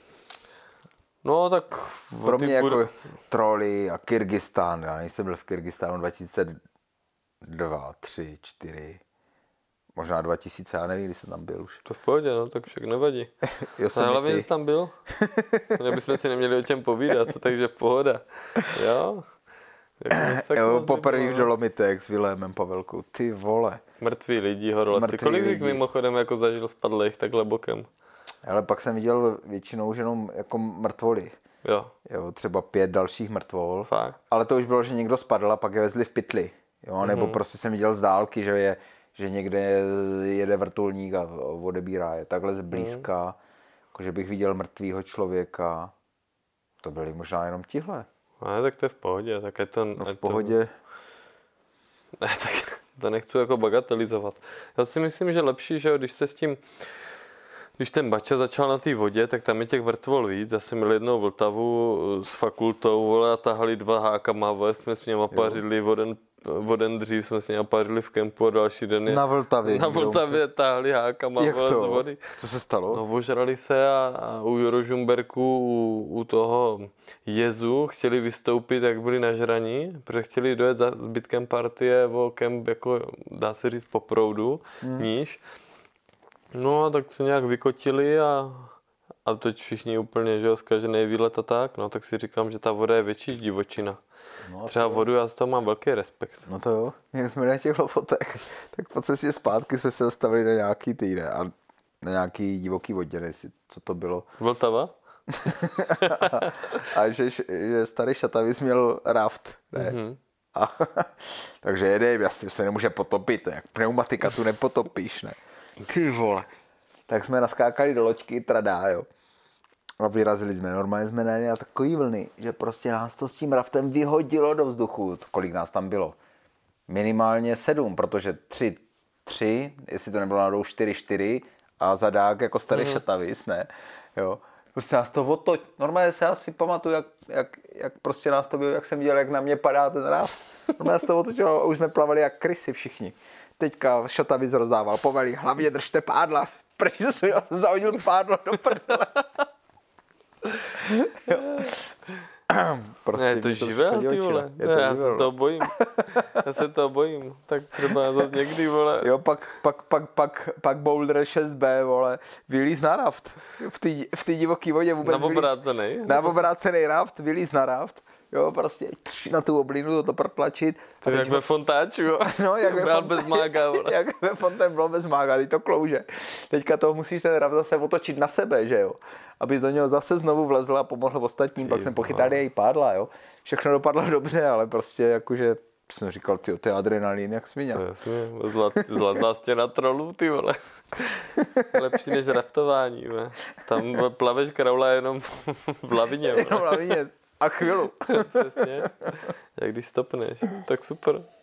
Speaker 1: No tak...
Speaker 2: Pro mě jako bude... troly a Kyrgyzstán, já nejsem byl v Kyrgyzstánu dva tisíce dva, tři, čtyři, možná dva tisíce, já nevím, kdy jsem tam byl už.
Speaker 1: To v pohodě, no, tak však nevadí. No, hlavně jsi tam byl, bychom si neměli o čem povídat, takže pohoda, jo.
Speaker 2: Jo, poprvé v Dolomitech s Vilémem Pavelkou, ty vole.
Speaker 1: Mrtví lidi, horolezci. Kolik jich mimochodem jako zažil spadlých takhle bokem?
Speaker 2: Ale pak jsem viděl většinou už jenom jako mrtvoly.
Speaker 1: Jo.
Speaker 2: Jo, třeba pět dalších mrtvol.
Speaker 1: Fakt.
Speaker 2: Ale to už bylo, že někdo spadl a pak je vezli v pytli. Jo, mm-hmm. Nebo prostě jsem viděl z dálky, že, je, že někde jede vrtulník a odebírá je. Takhle zblízka, mm. jako že bych viděl mrtvýho člověka. To byli možná jenom tihle.
Speaker 1: Ne, tak to je v pohodě. Tak je to,
Speaker 2: no v pohodě.
Speaker 1: To... Ne, tak to nechci jako bagatelizovat. Já si myslím, že lepší, že když se s tím Když ten Bača začal na té vodě, tak tam je těch vrtvol víc. Já jsem měl jednou Vltavu s fakultou, vole, a tahali dva hákama, vole, jsme s něma pařili, voden, voden dřív jsme s něma pařili v kempu a další den je,
Speaker 2: na Vltavě.
Speaker 1: Na Vltavě tahali hákama, vole, z vody.
Speaker 2: Co se stalo?
Speaker 1: No, ožrali se a, a u Rožumberku, u, u toho jezu chtěli vystoupit, jak byli nažraní, protože chtěli dojet za zbytkem partie o kemp, jako dá se říct po proudu, hmm. níž. No a tak se nějak vykotili a, a teď všichni úplně, že jo, zkažený výlet a tak, no tak si říkám, že ta voda je větší divočina. No, třeba vodu, já z toho mám velký respekt.
Speaker 2: No to jo, jak jsme na těch lofotech, tak po cestě zpátky jsme se dostavili na nějaký týden a na nějaký divoký vodě, jestli, co to bylo.
Speaker 1: Vltava?
Speaker 2: a, a že, že starý Šatavis měl raft, ne? Mm-hmm. A, takže jedem, jasně se nemůže potopit, jak pneumatika tu nepotopíš, ne? Ty vole. Tak jsme naskákali do loďky, tradá, jo. A vyrazili jsme, normálně jsme najeli na takový vlny, že prostě nás to s tím raftem vyhodilo do vzduchu. Kolik nás tam bylo? Minimálně sedm, protože tři, tři, jestli to nebylo náhodou čtyři, čtyři a zadák jako starý mm. Šatavis, ne? Jo. Prostě nás to otoč. Normálně se asi pamatuju, jak, jak, jak prostě nás to bylo, jak jsem viděl, jak na mě padá ten raft. Normálně nás to otočilo a už jsme plavali jak krysy všichni. Teďka Šatavis rozdával povelí, hlavně držte pádla. Proč jsem zahodil pádlo do prdele?
Speaker 1: Prostě ne, je to živel, ty vole. Je ne, to já živel. se toho bojím. Já se toho bojím. Tak třeba zase někdy, vole.
Speaker 2: Jo, pak, pak, pak, pak, pak Boulder šest bé, vole, vylíz na raft. V té divoký vodě vůbec
Speaker 1: na obrácený.
Speaker 2: Na obrácený raft, vylíz na raft. Jo, prostě na tu oblinu to protlačit.
Speaker 1: To je jak ve Fontáču, jo.
Speaker 2: No, jak ve
Speaker 1: Fontáču. Bez mága, vole.
Speaker 2: Jak ve Fontáču bylo bez mága, teď to klouže. Teďka to musíš ten raft zase otočit na sebe, že jo. Aby do něho zase znovu vlezl a pomohl ostatním. Ty, pak jsem pochytal její pádla, jo. Všechno dopadlo dobře, ale prostě jakože jsem říkal, tyjo, ty adrenalin, jak svině.
Speaker 1: Jasně, zlatá stěna trolů, ty vole. Lepší než raftování, ne. Tam plaveš kraula jenom v lavině, vole.
Speaker 2: Jenom v lavině. A chvíli.
Speaker 1: Přesně. Jak když stopneš, tak super.